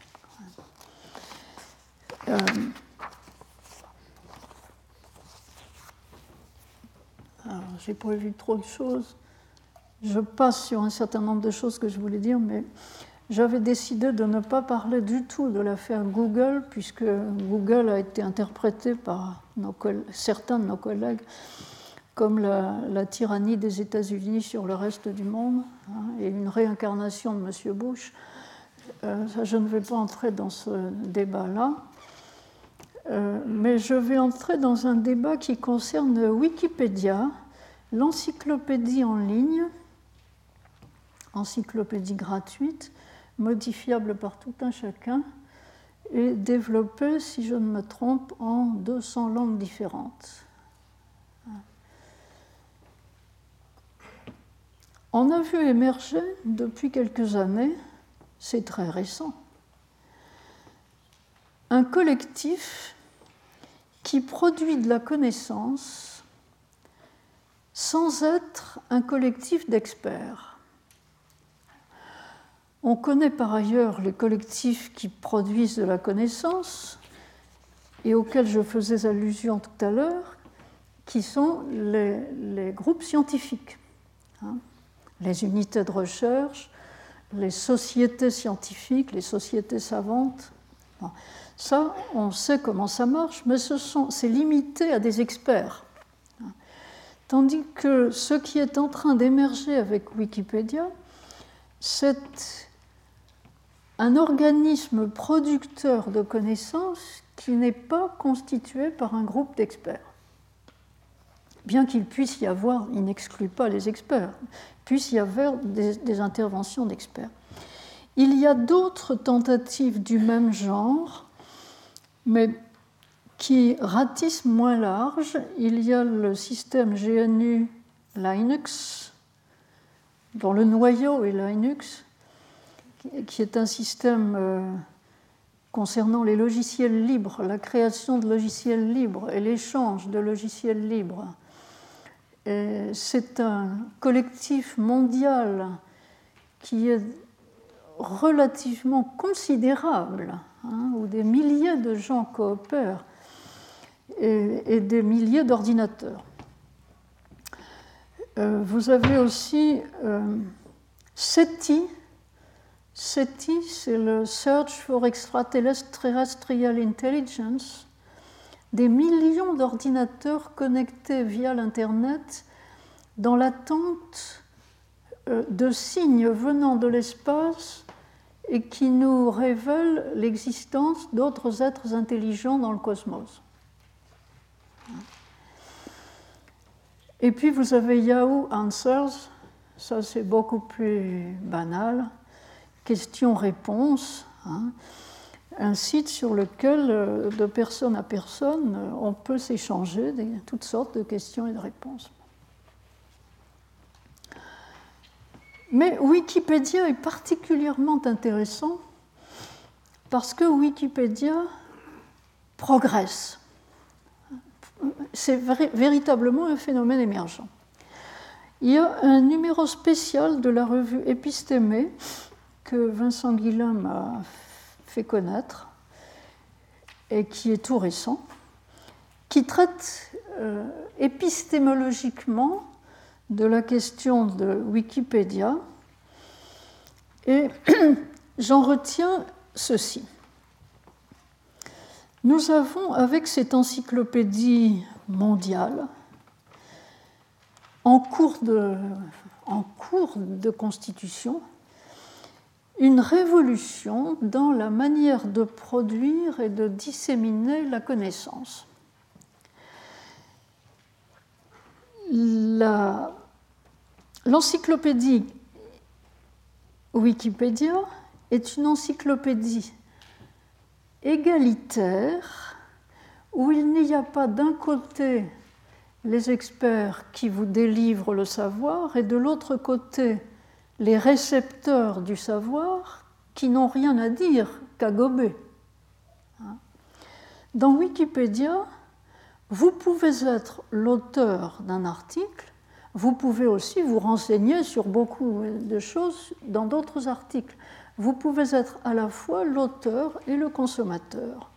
Euh, alors, j'ai prévu trop de choses. Je passe sur un certain nombre de choses que je voulais dire, mais j'avais décidé de ne pas parler du tout de l'affaire Google, puisque Google a été interprété par nos certains de nos collègues comme la, la tyrannie des États-Unis sur le reste du monde, hein, et une réincarnation de M. Bush. Euh, ça, je ne vais pas entrer dans ce débat-là, euh, mais je vais entrer dans un débat qui concerne Wikipédia, l'encyclopédie en ligne, encyclopédie gratuite, modifiable par tout un chacun, et développée, si je ne me trompe, en deux cents langues différentes. On a vu émerger depuis quelques années, c'est très récent, un collectif qui produit de la connaissance sans être un collectif d'experts. On connaît par ailleurs les collectifs qui produisent de la connaissance et auxquels je faisais allusion tout à l'heure, qui sont les, les groupes scientifiques, hein, les unités de recherche, les sociétés scientifiques, les sociétés savantes. Bon, ça, on sait comment ça marche, mais ce sont, c'est limité à des experts. Tandis que ce qui est en train d'émerger avec Wikipédia, c'est un organisme producteur de connaissances qui n'est pas constitué par un groupe d'experts. Bien qu'il puisse y avoir, il n'exclut pas les experts, puisse y avoir des, des interventions d'experts. Il y a d'autres tentatives du même genre, mais qui ratissent moins large. Il y a le système G N U Linux, dont le noyau est Linux, qui est un système euh, concernant les logiciels libres, la création de logiciels libres et l'échange de logiciels libres. Et c'est un collectif mondial qui est relativement considérable, hein, où des milliers de gens coopèrent et, et des milliers d'ordinateurs. Euh, vous avez aussi euh, SETI. SETI, c'est le Search for Extraterrestrial Intelligence, des millions d'ordinateurs connectés via l'Internet dans l'attente de signes venant de l'espace et qui nous révèlent l'existence d'autres êtres intelligents dans le cosmos. Et puis vous avez Yahoo Answers, ça c'est beaucoup plus banal. Questions-réponses, hein, un site sur lequel, de personne à personne, on peut s'échanger des, toutes sortes de questions et de réponses. Mais Wikipédia est particulièrement intéressant parce que Wikipédia progresse. C'est vrai, véritablement un phénomène émergent. Il y a un numéro spécial de la revue Épistémé que Vincent Guillain m'a fait connaître et qui est tout récent, qui traite euh, épistémologiquement de la question de Wikipédia, et j'en retiens ceci. Nous avons, avec cette encyclopédie mondiale, en cours de, en cours de constitution, une révolution dans la manière de produire et de disséminer la connaissance. La, l'encyclopédie Wikipédia est une encyclopédie égalitaire où il n'y a pas d'un côté les experts qui vous délivrent le savoir et de l'autre côté les récepteurs du savoir qui n'ont rien à dire qu'à gober. Dans Wikipédia, vous pouvez être l'auteur d'un article, vous pouvez aussi vous renseigner sur beaucoup de choses dans d'autres articles. Vous pouvez être à la fois l'auteur et le consommateur.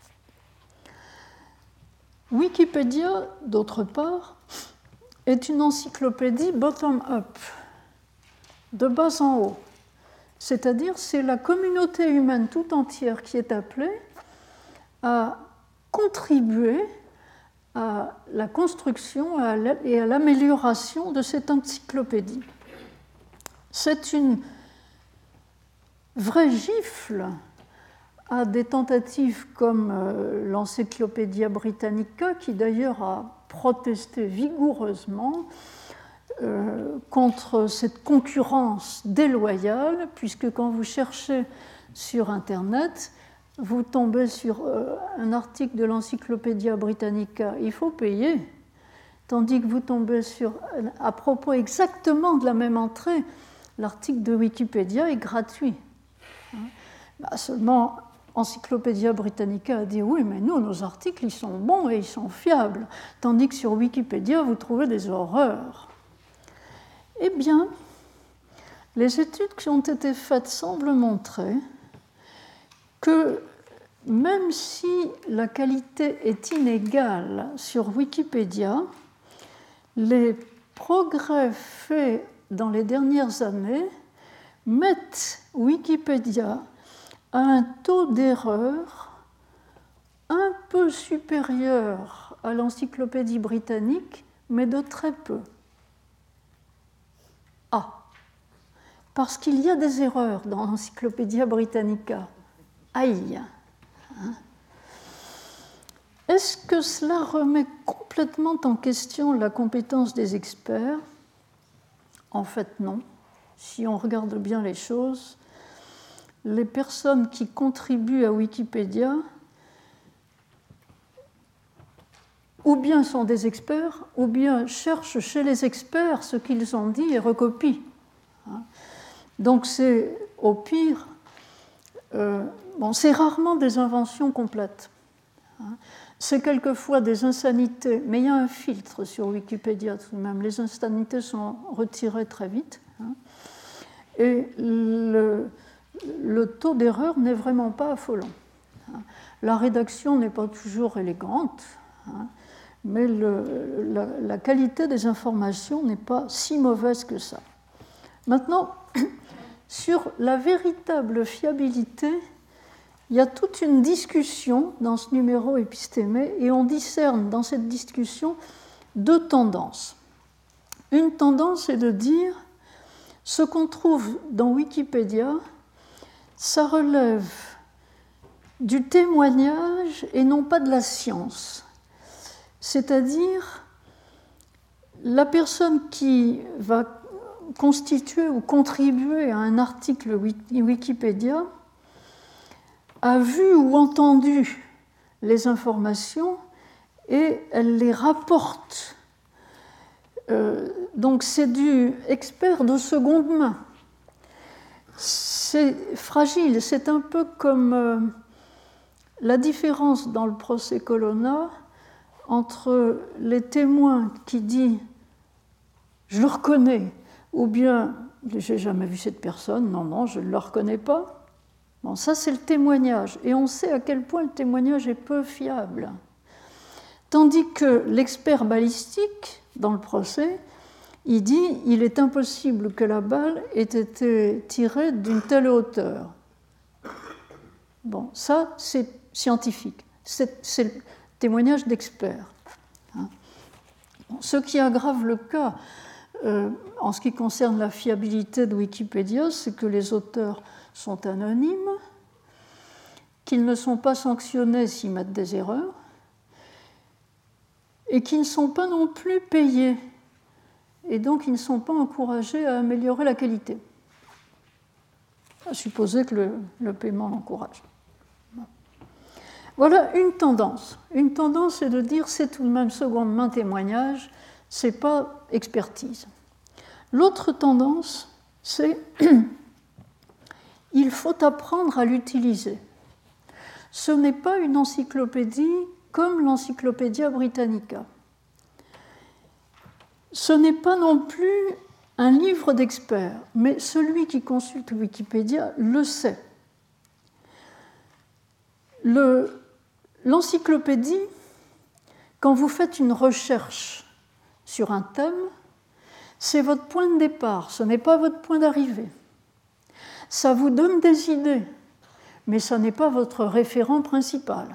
Wikipédia, d'autre part, est une encyclopédie bottom-up, de bas en haut. C'est-à-dire, c'est la communauté humaine tout entière qui est appelée à contribuer à la construction et à l'amélioration de cette encyclopédie. C'est une vraie gifle à des tentatives comme l'Encyclopædia Britannica, qui d'ailleurs a protesté vigoureusement euh, contre cette concurrence déloyale, puisque quand vous cherchez sur Internet, vous tombez sur euh, un article de l'Encyclopædia Britannica, il faut payer, tandis que vous tombez sur, à propos exactement de la même entrée, l'article de Wikipédia est gratuit. Hein? Bah, seulement, Encyclopædia Britannica a dit oui, mais nous, nos articles, ils sont bons et ils sont fiables, tandis que sur Wikipédia, vous trouvez des horreurs. Eh bien, les études qui ont été faites semblent montrer que même si la qualité est inégale sur Wikipédia, les progrès faits dans les dernières années mettent Wikipédia à un taux d'erreur un peu supérieur à l'encyclopédie britannique, mais de très peu. Ah, parce qu'il y a des erreurs dans l'Encyclopædia Britannica. Aïe! Hein? Est-ce que cela remet complètement en question la compétence des experts? En fait, non. Si on regarde bien les choses, les personnes qui contribuent à Wikipédia ou bien sont des experts, ou bien cherchent chez les experts ce qu'ils ont dit et recopient. Donc c'est, au pire, euh, bon, c'est rarement des inventions complètes. C'est quelquefois des insanités, mais il y a un filtre sur Wikipédia tout de même. Les insanités sont retirées très vite. Et le, le taux d'erreur n'est vraiment pas affolant. La rédaction n'est pas toujours élégante, mais le, la, la qualité des informations n'est pas si mauvaise que ça. Maintenant, sur la véritable fiabilité, il y a toute une discussion dans ce numéro épistémé, et on discerne dans cette discussion deux tendances. Une tendance est de dire ce qu'on trouve dans Wikipédia, ça relève du témoignage et non pas de la science. C'est-à-dire, la personne qui va constituer ou contribuer à un article Wikipédia a vu ou entendu les informations et elle les rapporte. Euh, donc c'est du expert de seconde main. C'est fragile, c'est un peu comme euh, la différence dans le procès Colonna entre les témoins qui disent « je le reconnais » ou bien « j'ai jamais vu cette personne, non, non, je ne le reconnais pas ». Bon, ça, c'est le témoignage. Et on sait à quel point le témoignage est peu fiable. Tandis que l'expert balistique, dans le procès, il dit « il est impossible que la balle ait été tirée d'une telle hauteur ». Bon, ça, c'est scientifique. C'est, c'est le témoignage d'experts. Hein. Bon, ce qui aggrave le cas, euh, en ce qui concerne la fiabilité de Wikipédia, c'est que les auteurs sont anonymes, qu'ils ne sont pas sanctionnés s'ils mettent des erreurs, et qu'ils ne sont pas non plus payés, et donc ils ne sont pas encouragés à améliorer la qualité, à supposer que le, le paiement l'encourage. Voilà une tendance. Une tendance est de dire c'est tout de même seconde main témoignage, c'est pas expertise. L'autre tendance, c'est il faut apprendre à l'utiliser. Ce n'est pas une encyclopédie comme l'Encyclopædia Britannica. Ce n'est pas non plus un livre d'experts, mais celui qui consulte Wikipédia le sait. Le, l'encyclopédie, quand vous faites une recherche sur un thème, c'est votre point de départ, ce n'est pas votre point d'arrivée. Ça vous donne des idées, mais ça n'est pas votre référent principal.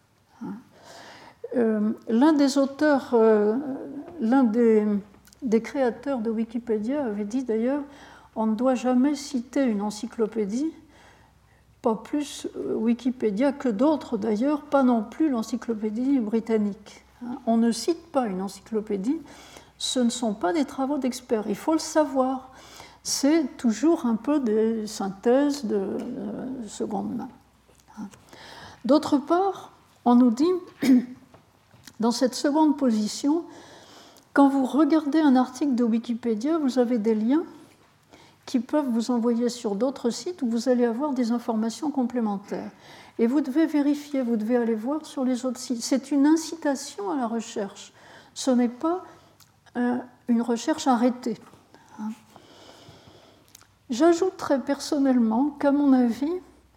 Euh, l'un des auteurs, euh, l'un des, des créateurs de Wikipédia avait dit d'ailleurs, on ne doit jamais citer une encyclopédie, pas plus Wikipédia que d'autres d'ailleurs, pas non plus l'encyclopédie britannique. On ne cite pas une encyclopédie, ce ne sont pas des travaux d'experts, il faut le savoir. C'est toujours un peu des synthèses de, de seconde main. D'autre part, on nous dit, dans cette seconde position, quand vous regardez un article de Wikipédia, vous avez des liens qui peuvent vous envoyer sur d'autres sites où vous allez avoir des informations complémentaires. Et vous devez vérifier, vous devez aller voir sur les autres sites. C'est une incitation à la recherche. Ce n'est pas euh, une recherche arrêtée. Hein. J'ajouterais personnellement qu'à mon avis,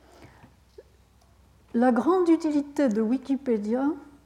la grande utilité de Wikipédia,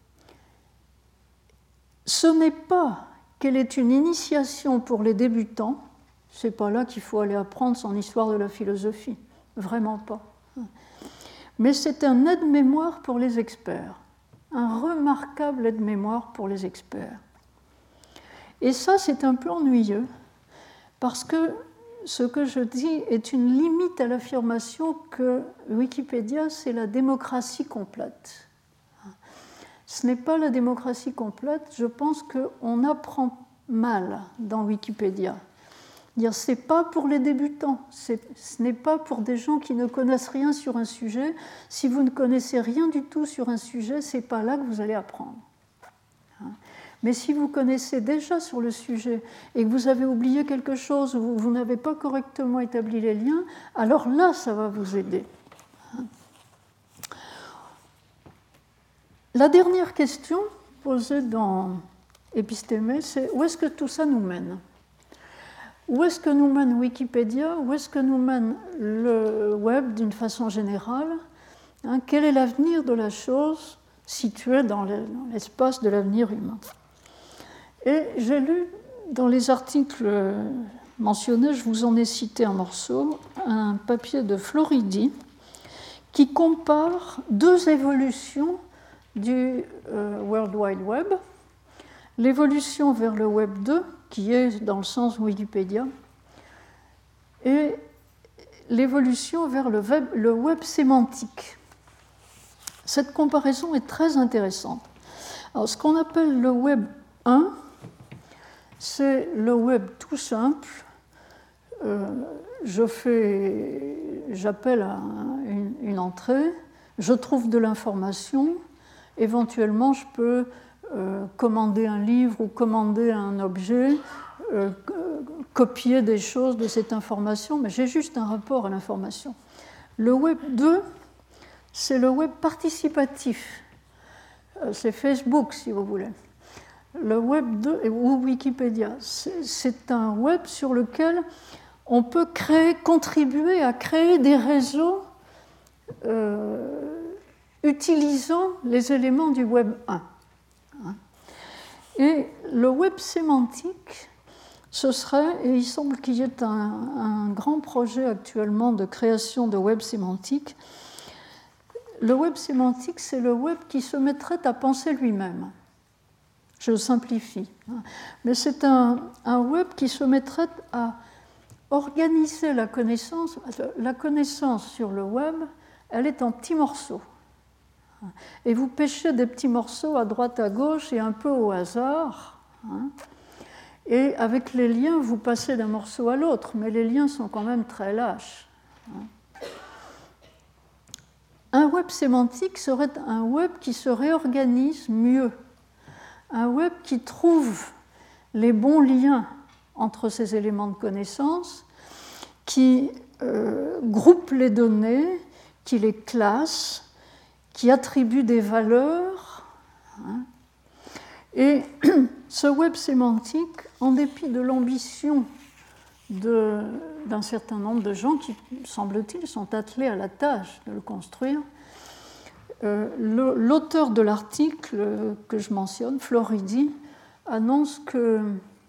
ce n'est pas qu'elle est une initiation pour les débutants, c'est pas là qu'il faut aller apprendre son histoire de la philosophie, vraiment pas. Mais c'est un aide-mémoire pour les experts, un remarquable aide-mémoire pour les experts. Et ça, c'est un peu ennuyeux, parce que ce que je dis est une limite à l'affirmation que Wikipédia, c'est la démocratie complète. Ce n'est pas la démocratie complète, je pense qu'on apprend mal dans Wikipédia. Dire c'est pas pour les débutants, c'est, ce n'est pas pour des gens qui ne connaissent rien sur un sujet. Si vous ne connaissez rien du tout sur un sujet, c'est pas là que vous allez apprendre. Mais si vous connaissez déjà sur le sujet et que vous avez oublié quelque chose ou vous n'avez pas correctement établi les liens, alors là, ça va vous aider. La dernière question posée dans Épistémé, c'est où est-ce que tout ça nous mène ? Où est-ce que nous mène Wikipédia ? Où est-ce que nous mène le web d'une façon générale ? Hein, quel est l'avenir de la chose située dans l'espace de l'avenir humain ? Et j'ai lu dans les articles mentionnés, je vous en ai cité un morceau, un papier de Floridi qui compare deux évolutions du euh, World Wide Web, l'évolution vers le Web deux, qui est dans le sens Wikipédia, et l'évolution vers le web, le web sémantique. Cette comparaison est très intéressante. Alors, ce qu'on appelle le Web un, c'est le web tout simple. Euh, je fais, j'appelle un, une, une entrée, je trouve de l'information, éventuellement je peux euh, commander un livre ou commander un objet, euh, copier des choses de cette information, mais j'ai juste un rapport à l'information. Le Web deux, c'est le web participatif. Euh, c'est Facebook, si vous voulez. Le Web deux, ou Wikipédia, c'est, c'est un web sur lequel on peut créer, contribuer à créer des réseaux euh, utilisant les éléments du Web un. Et le web sémantique, ce serait, et il semble qu'il y ait un, un grand projet actuellement de création de web sémantique. Le web sémantique, c'est le web qui se mettrait à penser lui-même. Je simplifie. Mais c'est un, un web qui se mettrait à organiser la connaissance. La connaissance sur le web, elle est en petits morceaux. Et vous pêchez des petits morceaux à droite, à gauche et un peu au hasard. Et avec les liens, vous passez d'un morceau à l'autre, mais les liens sont quand même très lâches. Un web sémantique serait un web qui se réorganise mieux. Un web qui trouve les bons liens entre ces éléments de connaissance, qui euh, groupe les données, qui les classe, qui attribue des valeurs. Hein. Et ce web sémantique, en dépit de l'ambition de, d'un certain nombre de gens qui, semble-t-il, sont attelés à la tâche de le construire, euh, le, l'auteur de l'article que je mentionne, Floridi, annonce que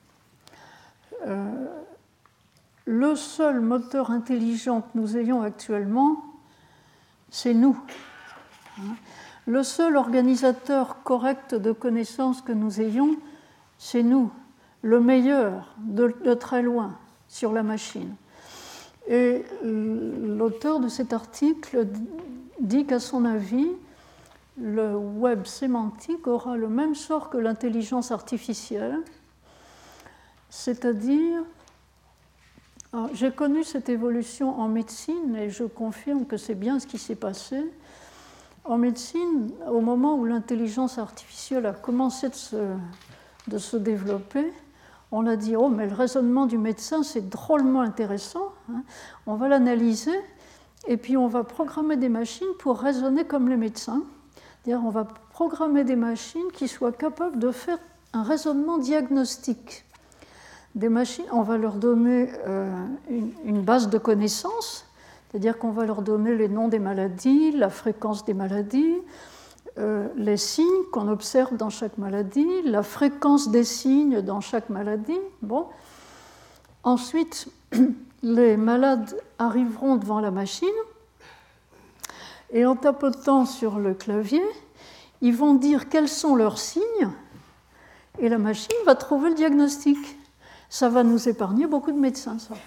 euh, le seul moteur intelligent que nous ayons actuellement, c'est nous. Hein. Le seul organisateur correct de connaissances que nous ayons, c'est nous, le meilleur de, de très loin sur la machine. Et l'auteur de cet article dit qu'à son avis, le web sémantique aura le même sort que l'intelligence artificielle, c'est-à-dire, j'ai connu cette évolution en médecine et je confirme que c'est bien ce qui s'est passé. En médecine, au moment où l'intelligence artificielle a commencé de se, de se développer, on a dit « Oh, mais le raisonnement du médecin, c'est drôlement intéressant. Hein. On va l'analyser et puis on va programmer des machines pour raisonner comme les médecins. C'est-à-dire on va programmer des machines qui soient capables de faire un raisonnement diagnostique. Des machines, on va leur donner euh, une, une base de connaissances, c'est-à-dire qu'on va leur donner les noms des maladies, la fréquence des maladies, euh, les signes qu'on observe dans chaque maladie, la fréquence des signes dans chaque maladie. Bon. Ensuite, les malades arriveront devant la machine et en tapotant sur le clavier, ils vont dire quels sont leurs signes et la machine va trouver le diagnostic. Ça va nous épargner beaucoup de médecins, ça.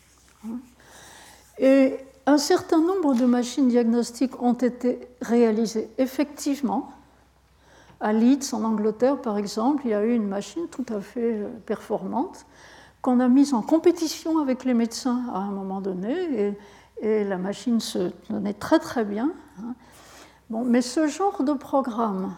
Et un certain nombre de machines diagnostiques ont été réalisées effectivement. À Leeds, en Angleterre, par exemple, il y a eu une machine tout à fait performante qu'on a mise en compétition avec les médecins à un moment donné, et, et la machine se tenait très très bien. Bon, mais ce genre de programme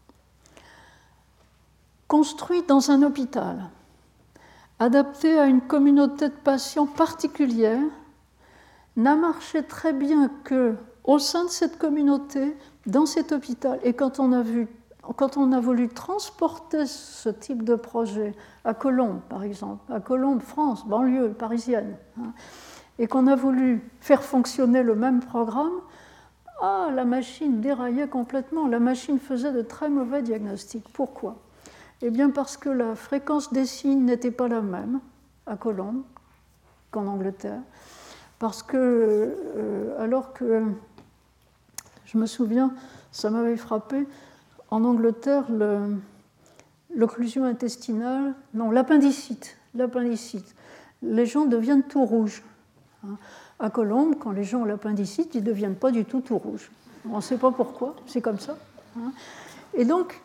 construit dans un hôpital, adapté à une communauté de patients particulière, n'a marché très bien qu'au sein de cette communauté, dans cet hôpital. Et quand on a, vu, quand on a voulu transporter ce type de projet à Colombes, par exemple, à Colombes, France, banlieue parisienne, hein, et qu'on a voulu faire fonctionner le même programme, ah, la machine déraillait complètement. La machine faisait de très mauvais diagnostics. Pourquoi ? Eh bien parce que la fréquence des signes n'était pas la même à Colombes qu'en Angleterre. Parce que, euh, alors que, je me souviens, ça m'avait frappé, en Angleterre, le, l'occlusion intestinale, non, l'appendicite, l'appendicite, les gens deviennent tout rouges. Hein. À Colombes, quand les gens ont l'appendicite, ils ne deviennent pas du tout tout rouges. On ne sait pas pourquoi, c'est comme ça. Hein. Et donc,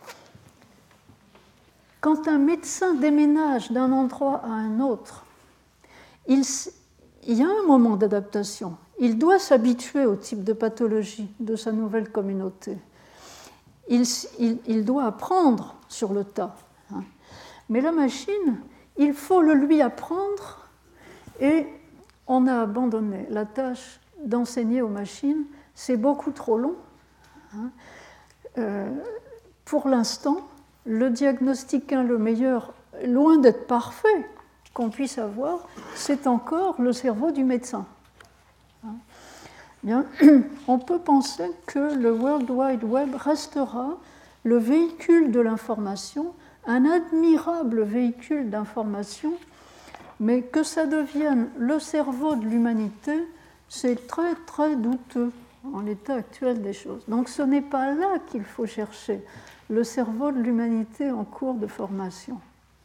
quand un médecin déménage d'un endroit à un autre, il, il y a un moment d'adaptation. Il doit s'habituer au type de pathologie de sa nouvelle communauté. Il, il, il doit apprendre sur le tas. Hein. Mais la machine, il faut le lui apprendre et on a abandonné la tâche d'enseigner aux machines. C'est beaucoup trop long. Hein. Euh, pour l'instant, le diagnostic le meilleur, loin d'être parfait qu'on puisse avoir, c'est encore le cerveau du médecin. Hein. Bien, on peut penser que le World Wide Web restera le véhicule de l'information, un admirable véhicule d'information, mais que ça devienne le cerveau de l'humanité, c'est très très douteux en l'état actuel des choses. Donc ce n'est pas là qu'il faut chercher le cerveau de l'humanité en cours de formation.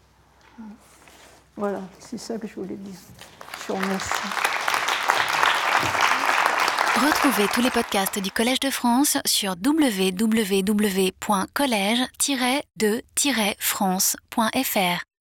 Voilà, c'est ça que je voulais dire. Je vous remercie. Retrouvez tous les podcasts du Collège de France sur w w w point collège tiret de tiret france point f r.